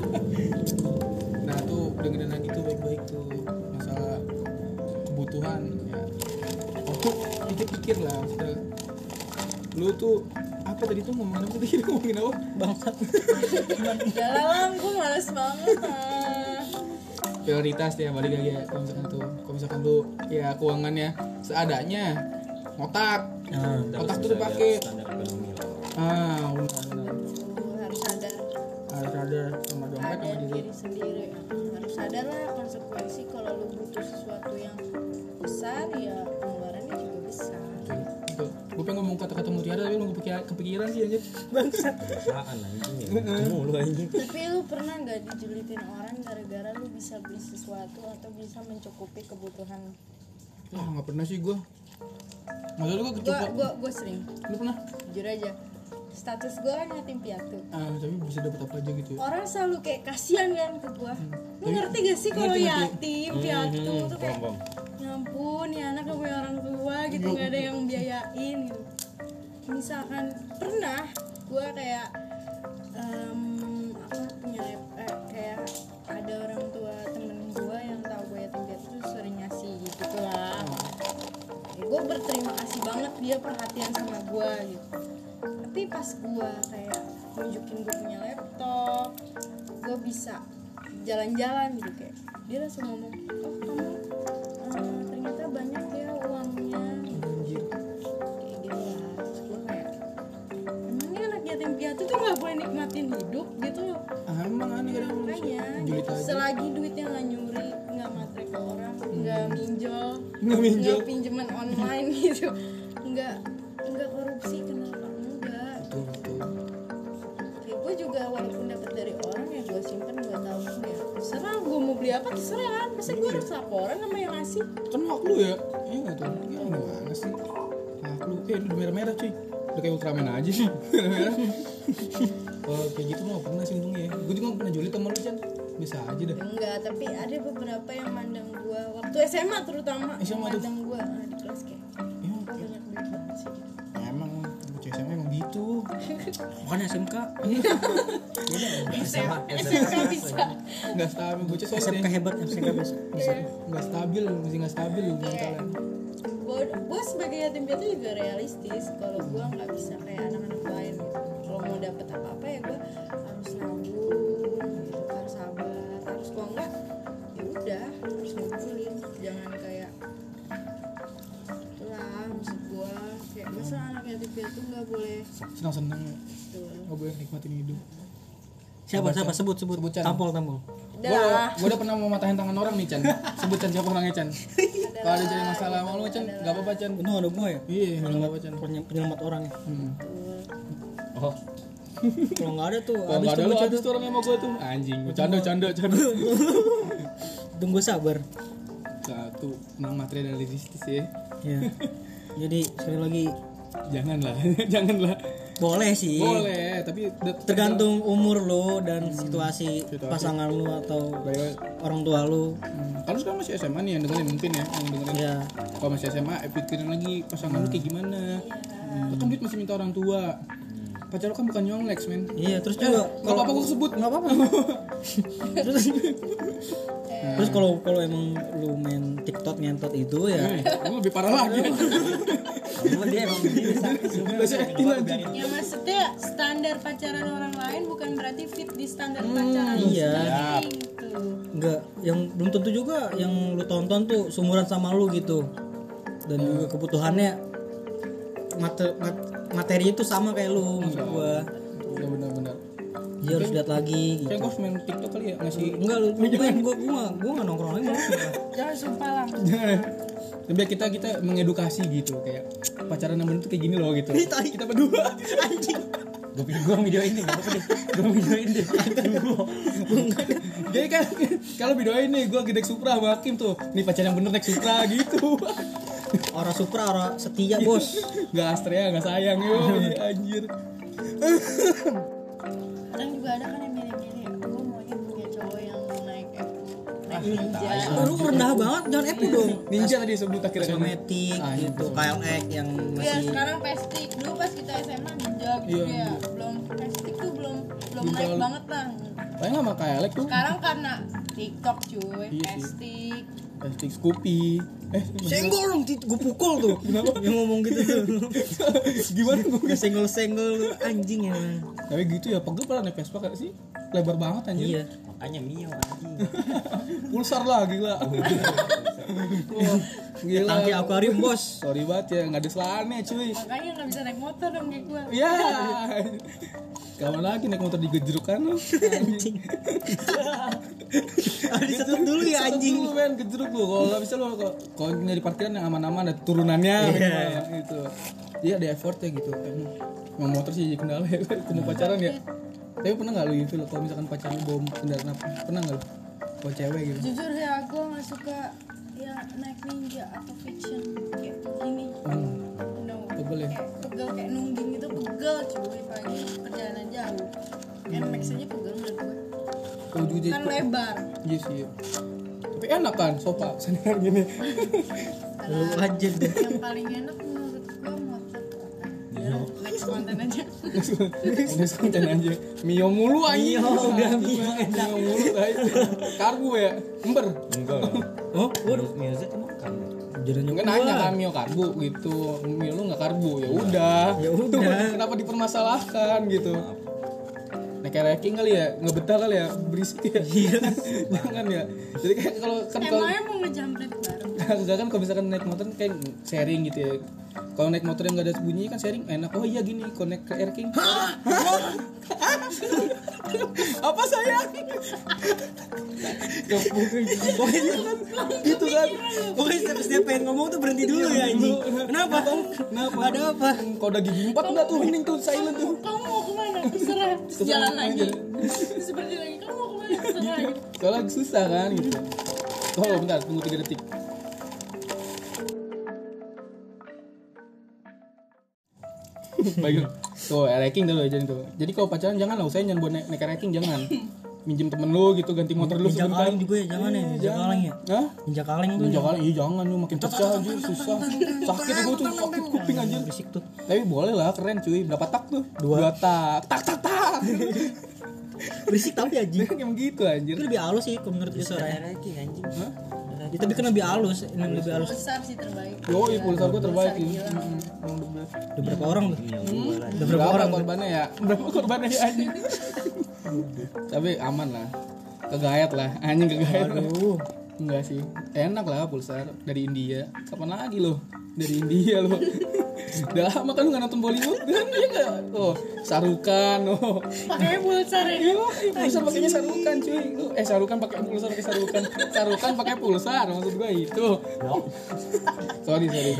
Nah, tuh dengerin lagi tuh baik-baik tuh masalah kebutuhan ya. Oh, pikir-pikir lah maksudnya. Lu tuh apa tadi tuh ngomongin apa tadi? Ngomongin apa? Bangsat. Udah lah, gue males banget ah. Prioritas ya balik lagi ya kalau misalkan tuh kalau misalkan lu ya keuangannya seadanya otak Nah, otak tuh dipakai Standar ekonomi lah. ah benar-benar Lu harus sadar harus ada sama dompet ada sama diri. diri sendiri. Harus sadar lah konsekuensi kalau lu butuh sesuatu yang besar ya pengeluarannya juga besar. Gitu. Gue pengen ngomong kata-kata mutiara tapi lu kepikiran, kepikiran sih anjir. bangsat. Apaan anjing ya? Ketemu lu anjing. Tapi lu pernah nggak dijulitin orang gara-gara lu bisa beli sesuatu atau bisa mencukupi kebutuhan? Ah nggak pernah sih gue. Maksud lu gue Gua kecukup. gua gua sering, Lu pernah? jujur aja. Status gua kan yatim piatu. Ah tapi bisa dapat apa aja gitu. Orang selalu kayak kasihan kan ke gua. Lu ngerti gak sih kalau Ngerti, ngerti. yatim piatu tuh kayak Bom, bom. ya ampun ya anak gak punya orang tua gitu, nggak ada yang biayain gitu. Misalkan pernah gue kayak punya lap- eh, kayak ada orang tua temen gue yang tahu gue yatim piatu tuh sering ngasih gitu lah. Ya, gue berterima kasih banget dia perhatian sama gue gitu. Tapi pas gue kayak nunjukin gue punya laptop, gue bisa jalan-jalan gitu kayak dia langsung ngomong, oh kamu uh, ternyata banyak ya uangnya Anjir. kayak gitu lah. Terus gue kayak emangnya anak yatim piatu tuh nggak boleh nikmatin hidup gitu loh. Ah, emang aneh kadang Makanya Julid gitu. aja. Selagi duitnya nggak nyuri, nggak matre ke orang, nggak minjol, Nggak minjol. nggak pinjaman online gitu, nggak nggak korupsi, kenapa enggak? Betul, betul. Kayak gue juga walaupun dapat dari orang ya gue simpen, gue tahu ya terserah gue mau beli apa terserah kan, masa gue harus laporan sama yang ngasih. Kan hak lu ya. Iya enggak tuh. Ya gimana sih? Hak lu. Eh, udah merah-merah cuy. Udah kayak Ultraman aja sih. Merah-merah. Oh, kayak gitu mah pernah sih untungnya ya. Gue juga nggak pernah julid sama lu, Chan. Bisa aja dah. Enggak, tapi ada beberapa yang mandang gue waktu S M A terutama S M A yang tuh. mandang gue ah, di kelas kayak Ya, oh, banyak duit banget sih. ya emang bocah S M A emang gitu. Makanya S M K. S M K bisa. Enggak stabil bocah S M K soalnya. hebat, S M K besok. Bisa enggak stabil, masih enggak stabil mentalnya. Gue sebagai yatim piatu juga realistis kalau gue nggak bisa kayak anak-anak lain gitu. Kalau mau dapet apa-apa ya gue harus nabung gitu, harus sabar, harus kalau enggak ya udah harus ngumpulin, jangan kayak itulah maksud gue kayak masa anak yatim piatu nggak boleh Senang-senang ya. gitu. Enggak boleh nikmatin hidup. Siapa siapa sebut sebut. Sebut, Chan. Tampol tampol. Gue Dah. gue udah pernah mau matahin tangan orang nih, Chan. Sebut Chan siapa orangnya, Chan. Kalau ada jadi masalah sama lu, Chan, enggak apa-apa, Chan. Itu ada gua ya. Iya, enggak apa-apa, Chan. Penyel- Penyelamat orang ya. Hmm. Oh. Kalau nggak ada tuh, Kalau habis enggak ada tuh lu gua habis tuh orangnya sama gue tuh. Anjing, canda canda canda. tunggu sabar. Satu, menang materi dan realistis ya. Ya. Jadi sekali lagi Janganlah, janganlah. boleh sih. Boleh, tapi de- Tergantung umur lo dan situasi, Situasi. pasangan lo atau Baik, orang tua lo. Hmm. Kalau sekarang masih S M A nih yang dengerin mungkin ya, yang dengerin. Ya. Kalau masih S M A, eh, pikirin lagi pasangan lu kayak gimana. Hmm. Kan duit masih minta orang tua. Pacar lu kan bukan nyonglek, men. Iya, terus juga Enggak apa-apa gue sebut. nggak apa-apa. terus terus kalau kalau emang lu main TikTok ngentot itu ya. Eh, lu lebih parah lagi. Emang dia emang begini sakit juga. Biasa acting lagi. Ya maksudnya standar pacaran orang lain bukan berarti fit di standar pacaran lu iya. sendiri gitu. Enggak, yang belum tentu juga yang lu tonton tuh seumuran sama lu gitu. Dan juga kebutuhannya mate- mat- materi itu sama kayak lu maksud gua. Iya benar-benar. Dia harus lihat lagi gitu. Kayak gue harus main TikTok kali ya ngasih. Enggak lu, lu main gua gua gua enggak nongkrong lagi malah. Jangan sumpah lah. Tapi kita kita mengedukasi gitu kayak pacaran yang bener tuh kayak gini loh gitu. Kita berdua anjing. Gue pikir gue videoin nih, apa deh? Gue videoin deh. Jadi kan kalau videoin nih gue gede Supra sama Hakim tuh. Nih pacaran yang bener naik Supra gitu. Orang Supra, orang setia, Bos. Gak Astrea, gak sayang yo, anjir. Kadang juga ada kan yang milih-milih ya. Gue maunya punya cowok yang naik F naik ninja. Lu rendah banget, jangan Epo dong. Ninja tadi sebut akhirnya kan. Kosmetik Ah, iya, gitu, K L X yang Iya masih sekarang pestik. Dulu pas kita S M A ninja gitu Iya, ya. Belum pestik tuh belum belum Belum naik terlalu- banget lah. Paling sama kayak Alex tuh. Sekarang karena TikTok cuy, Iya sih. pestik. Plastik Scoopy. Eh, senggol dong, gue pukul tuh. Yang ngomong gitu tuh. gimana gue? Gak senggol-senggol lu anjing ya. Tapi gitu ya, pegel pernah naik Vespa gak sih? Lebar banget anjir. Iya. Makanya Mio anjing. Pulsar lah gila. Wah, gila. Tangki akuarium, Bos. Sorry banget ya, nggak ada selannya cuy. Makanya nggak bisa naik motor dong kayak gue. Ya. Kapan lagi naik motor digejruk kan lu? Anjing. Ah, disetut dulu ya anjing. Lu men gejruk lu. Kalau nggak bisa lu kalau kalau nyari parkiran yang aman-aman ada turunannya Iya. gitu. Iya ada effort ya gitu. Emang emang motor sih jadi kendala ya ketemu pacaran ya. Tapi pernah nggak lu itu lo kalau misalkan pacaran lu bawa kendaraan apa? Pernah nggak lu? Bawa cewek gitu. Jujur ya gue nggak suka yang naik ninja atau fiction kayak gini. Hmm. No. Pegel ya? Kayak pegel kayak nungging itu pegel cuy. Apalagi perjalanan jauh. N Max aja pegel menurut gue. Oh, juga jadi Kan lebar. Iya sih. Iya. Tapi enak kan sofa sandal gini. Lu aja deh. Yang paling enak menurut gue motor. next konten aja. Next konten aja. Mio mulu anjing. Mio, udah Mio enak. Mio mulu tai. Karbu ya? Ember. Enggak lah. Oh, Waduh, music emang kan. jangan Enggak nanya kan Mio karbu gitu. Mio lu enggak karbu. Ya udah. Ya udah. Kenapa dipermasalahkan gitu? Nek ranking kali ya, nggak betah kali ya, berisik ya. Jangan ya. Jadi kayak kalau kan kalau Emangnya mau ngejamret bareng. enggak kan kalau misalkan naik motor kayak sharing gitu ya. Kalau naik motor yang nggak ada bunyi kan sharing enak. Oh iya gini, connect ke Air King. Apa sayang? Pokoknya Gitu kan. pokoknya setiap, setiap pengen ngomong tuh berhenti dulu ya anjing. Kenapa? Kenapa? Ada apa? Kalau udah gigi empat enggak tuh hening tuh silent tuh. Kamu mau kemana? Terserah. Terus jalan lagi. Terus seperti lagi. Kamu mau kemana? Terserah. Gitu. Soalnya lagi susah kan gitu. Oh bentar, tunggu tiga detik. Baik. Tuh, ranking dulu aja tuh. Jadi kalau pacaran jangan lah, usahain jangan buat naik, naik ranking jangan. Minjem temen lu gitu, ganti motor dulu Ninja sebentar. kaleng juga ya, jangan ya, ninja kaleng ya. Hah? Ninja kaleng itu. Ninja kaleng, iya jangan lu makin pecah aja, susah. Sakit gua tuh, sakit kuping aja. Berisik tuh. Tapi boleh lah, keren cuy. Berapa tak tuh? Dua, tak. Tak tak tak. Berisik tapi anjing. Kayak gitu anjir. Itu lebih halus sih kalau menurut gue suaranya. ranking anjing. Hah? Ya, tapi kan lebih halus, ini lebih halus. Besar sih terbaik. Yo, pulsar gua terbaik sih. Gila. Udah berapa orang tuh? Iya, gua lah. Udah berapa orang tuh? korbannya ya? Berapa korbannya ya anjing? Tapi aman lah. Kegayat lah, anjing kegayat. Aduh. Enggak sih. Enak lah pulsar dari India. Kapan lagi loh? Dari India loh. Udah lama kan lu nggak nonton Bollywood kan? Iya nggak? Oh, Sarukan, oh. Pakainya pulsar ya. Iya, pulsar pakainya Sarukan cuy. Lu eh Sarukan pakai pulsar pakai Sarukan. Sarukan pakai pulsar maksud gua itu. Sorry, sorry.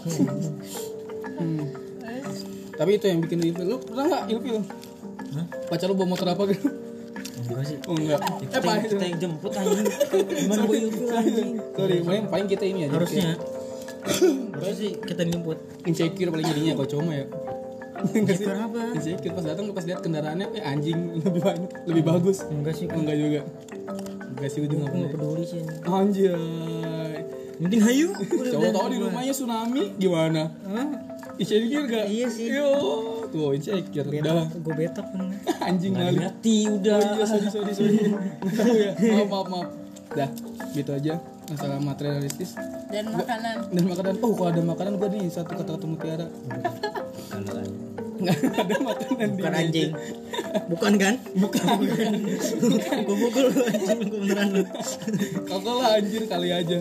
Hmm. Tapi itu yang bikin lu ilfil. Lu pernah nggak ilfil? Hah? Pacar lu bawa motor apa gitu? Enggak sih. Oh enggak. Eh, Kita, paling kita yang jemput anjing. Gimana gue ilfil anjing. Sorry, paling paling kita ini aja. Harusnya. Harusnya sih kita nyebut. Insecure paling jadinya kalau cowok mah ya. Enggak sih. Insecure apa? Insecure pas datang pas lihat kendaraannya eh anjing lebih banyak, lebih bagus. Enggak sih. Enggak juga. Enggak sih ujung Aku apa. enggak peduli sih. Anjay. Mending hayu. Cowok tahu di rumahnya tsunami gimana? Hah? Insecure gak? Iya sih. Yo, tuh insecure. Udah Gue betak kan. anjing Nggak kali. ngerti udah. Oh iya, sorry sorry sorry. Nggak tahu ya. Maaf maaf maaf. Dah, gitu aja masalah materialistis Dan makanan. dan makanan. Oh, kalau ada makanan gua nih satu kata-kata mutiara. Kalau anjing. Nggak ada makanan di Bukan meja. anjing. Bukan kan? Bukan. Gue pukul lu anjing lu beneran lu. Kagak lah anjir kali aja.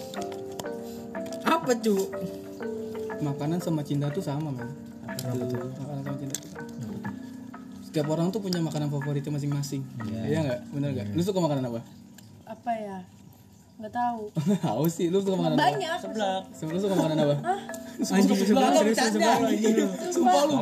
Apa cu? Makanan sama cinta tuh sama, man. Apa tuh? Makanan sama cinta tuh sama. Setiap orang tuh punya makanan favoritnya masing-masing. Iya nggak? Bener nggak? Lu suka makanan apa? Apa ya? Nggak tahu. Tahu sih, lu suka makanan apa? Banyak. Seblak. Lu suka makanan apa? Anjing sebelah serius sebelah anjing lu. Sumpah lu.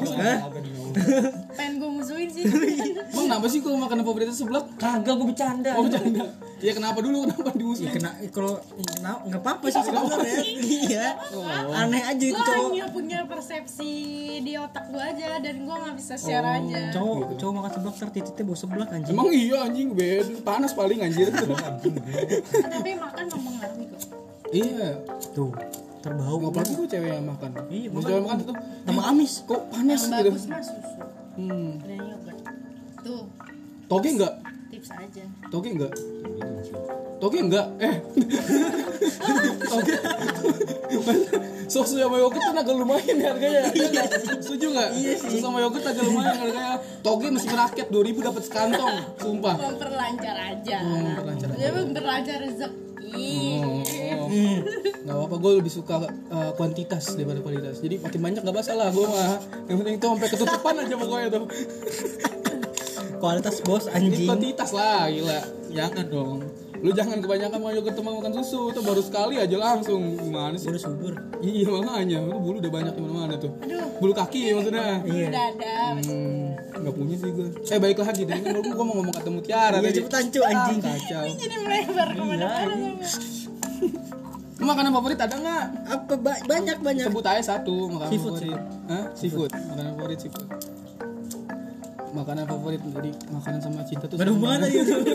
Pengen gue musuhin sih. Emang kenapa sih kalau makanan favoritnya seblak? Kagak gue bercanda. Oh, bercanda. Ya kenapa dulu? Kenapa dimusuhin? Ya kena kalau nah, nggak apa-apa sih sebenarnya. Iya. Aneh aja itu Gue cowok. hanya punya persepsi di otak gue aja dan gue nggak bisa share aja. Cowok cowok makan seblak ntar titiknya bau seblak anjing. Emang iya anjing, beda. Panas paling anjir. Tapi makan mempengaruhi kok. Iya. Tuh, terbau. Nggak apalagi kok cewek yang makan. Iya, Terus cewek makan tuh Tambah amis. kok panas Yang gitu. bagus mah susu Hmm. dan yogurt. Tuh Toge enggak? tips aja. Toge enggak? Toge enggak? Eh. Toge. Susu sama yogurt kan agak lumayan ya harganya. Iya enggak? Setuju enggak? Iya sih. Susu sama yogurt agak lumayan harganya. Toge masih ngerakyat dua ribu dapat sekantong, sumpah. Memperlancar aja. Oh, memperlancar aja. Dia memperlancar rezeki. Oh, oh. Nggak apa-apa, gue lebih suka uh, kuantitas daripada kualitas. Jadi makin banyak nggak masalah gue mah. Yang penting itu sampai ketutupan aja pokoknya tuh. Kualitas bos Ini anjing. kuantitas lah, gila. Jangan dong. Lu jangan kebanyakan mau yogurt sama makan susu, itu baru sekali aja langsung. Gimana sih? Udah subur. Iya makanya, itu bulu udah banyak di mana-mana tuh. Aduh. Bulu kaki maksudnya. Iya. Udah ada. Hmm, nggak punya sih gue. Eh baik lagi deh, kan gue mau ngomong kata mutiara Iya tadi. cepetan cu anjing. Kacau. Jadi melebar kemana-mana. Lu makanan favorit ada nggak? Apa ba- banyak banyak. Sebut aja satu makanan Seafood, favorit. Hah? Seafood. Makanan favorit seafood. Makanan favorit jadi makanan sama cinta tuh. Gak ada sama. hubungan tadi itu.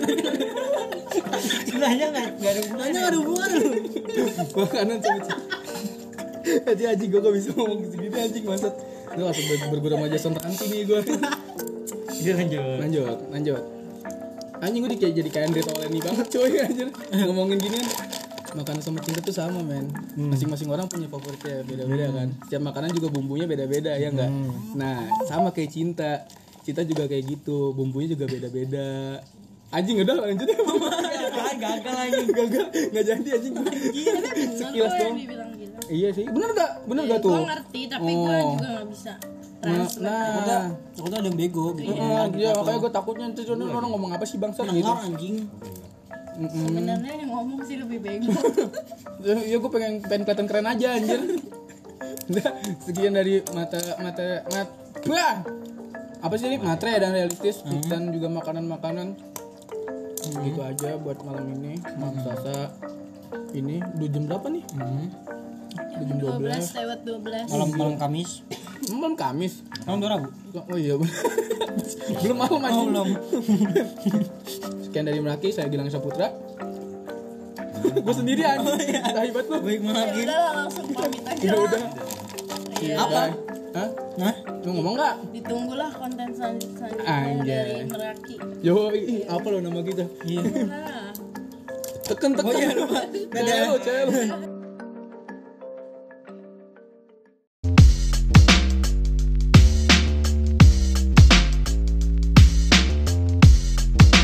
Sebenarnya nggak nggak ada hubungannya. Nanya gak ada hubungan lu. Makanan sama cinta. Hati anjing gue gak bisa ngomong gitu anjing maksud. Gue langsung ber- berguru sama Jason Ranti nih gue. Iya lanjut. Lanjut, lanjut. Anjing gue kayak jadi kayak Andre Taulany banget coy anjir. Ngomongin gini makanan sama cinta tuh sama men. Masing-masing orang punya favoritnya beda-beda kan. Setiap makanan juga bumbunya beda-beda ya enggak? Nah, sama kayak cinta. Cinta juga kayak gitu, bumbunya juga beda-beda. Anjing udah lanjut ya mama. Gagal anjing. Gagal, enggak jadi anjing. Sekilas Bener dong. tuh yang dibilang gitu. Iya sih, bener gak? Bener gak tuh? Gue ngerti tapi gue Oh. juga gak bisa Nah, translate. nah. Aku tuh ada yang bego gitu. Heeh, iya makanya gue takutnya nanti soalnya orang ngomong apa sih bangsat gitu. Dengar anjing. Sebenarnya yang ngomong sih lebih bego. Iya gue pengen pengen kelihatan keren aja anjir. Udah, sekian dari mata mata mat. Wah. Apa sih ini? Matre dan realistis dan juga makanan-makanan. Gitu aja buat malam ini. Malam Selasa. Ini udah jam berapa nih? Udah jam dua dua belas belas. lewat dua belas. Malam malam Kamis. Malam Kamis. Malam Rabu. Oh iya. Belum malam anjing. Oh, belum. Sekian dari Melaki, saya Gilang Saputra. Gue sendiri anjing. Hebat lu. Baik banget. Ya udah lah, langsung pamit aja. Ya lah. udah. Iya. Apa? Hah? Nah, Lu ngomong enggak? Ditunggulah konten selanjut- selanjutnya Anjay. dari Meraki. Yo, ih, apa lo nama kita? iya. Nah. Tekan tekan. Oh iya, lupa. Cewek lu, cewek lu.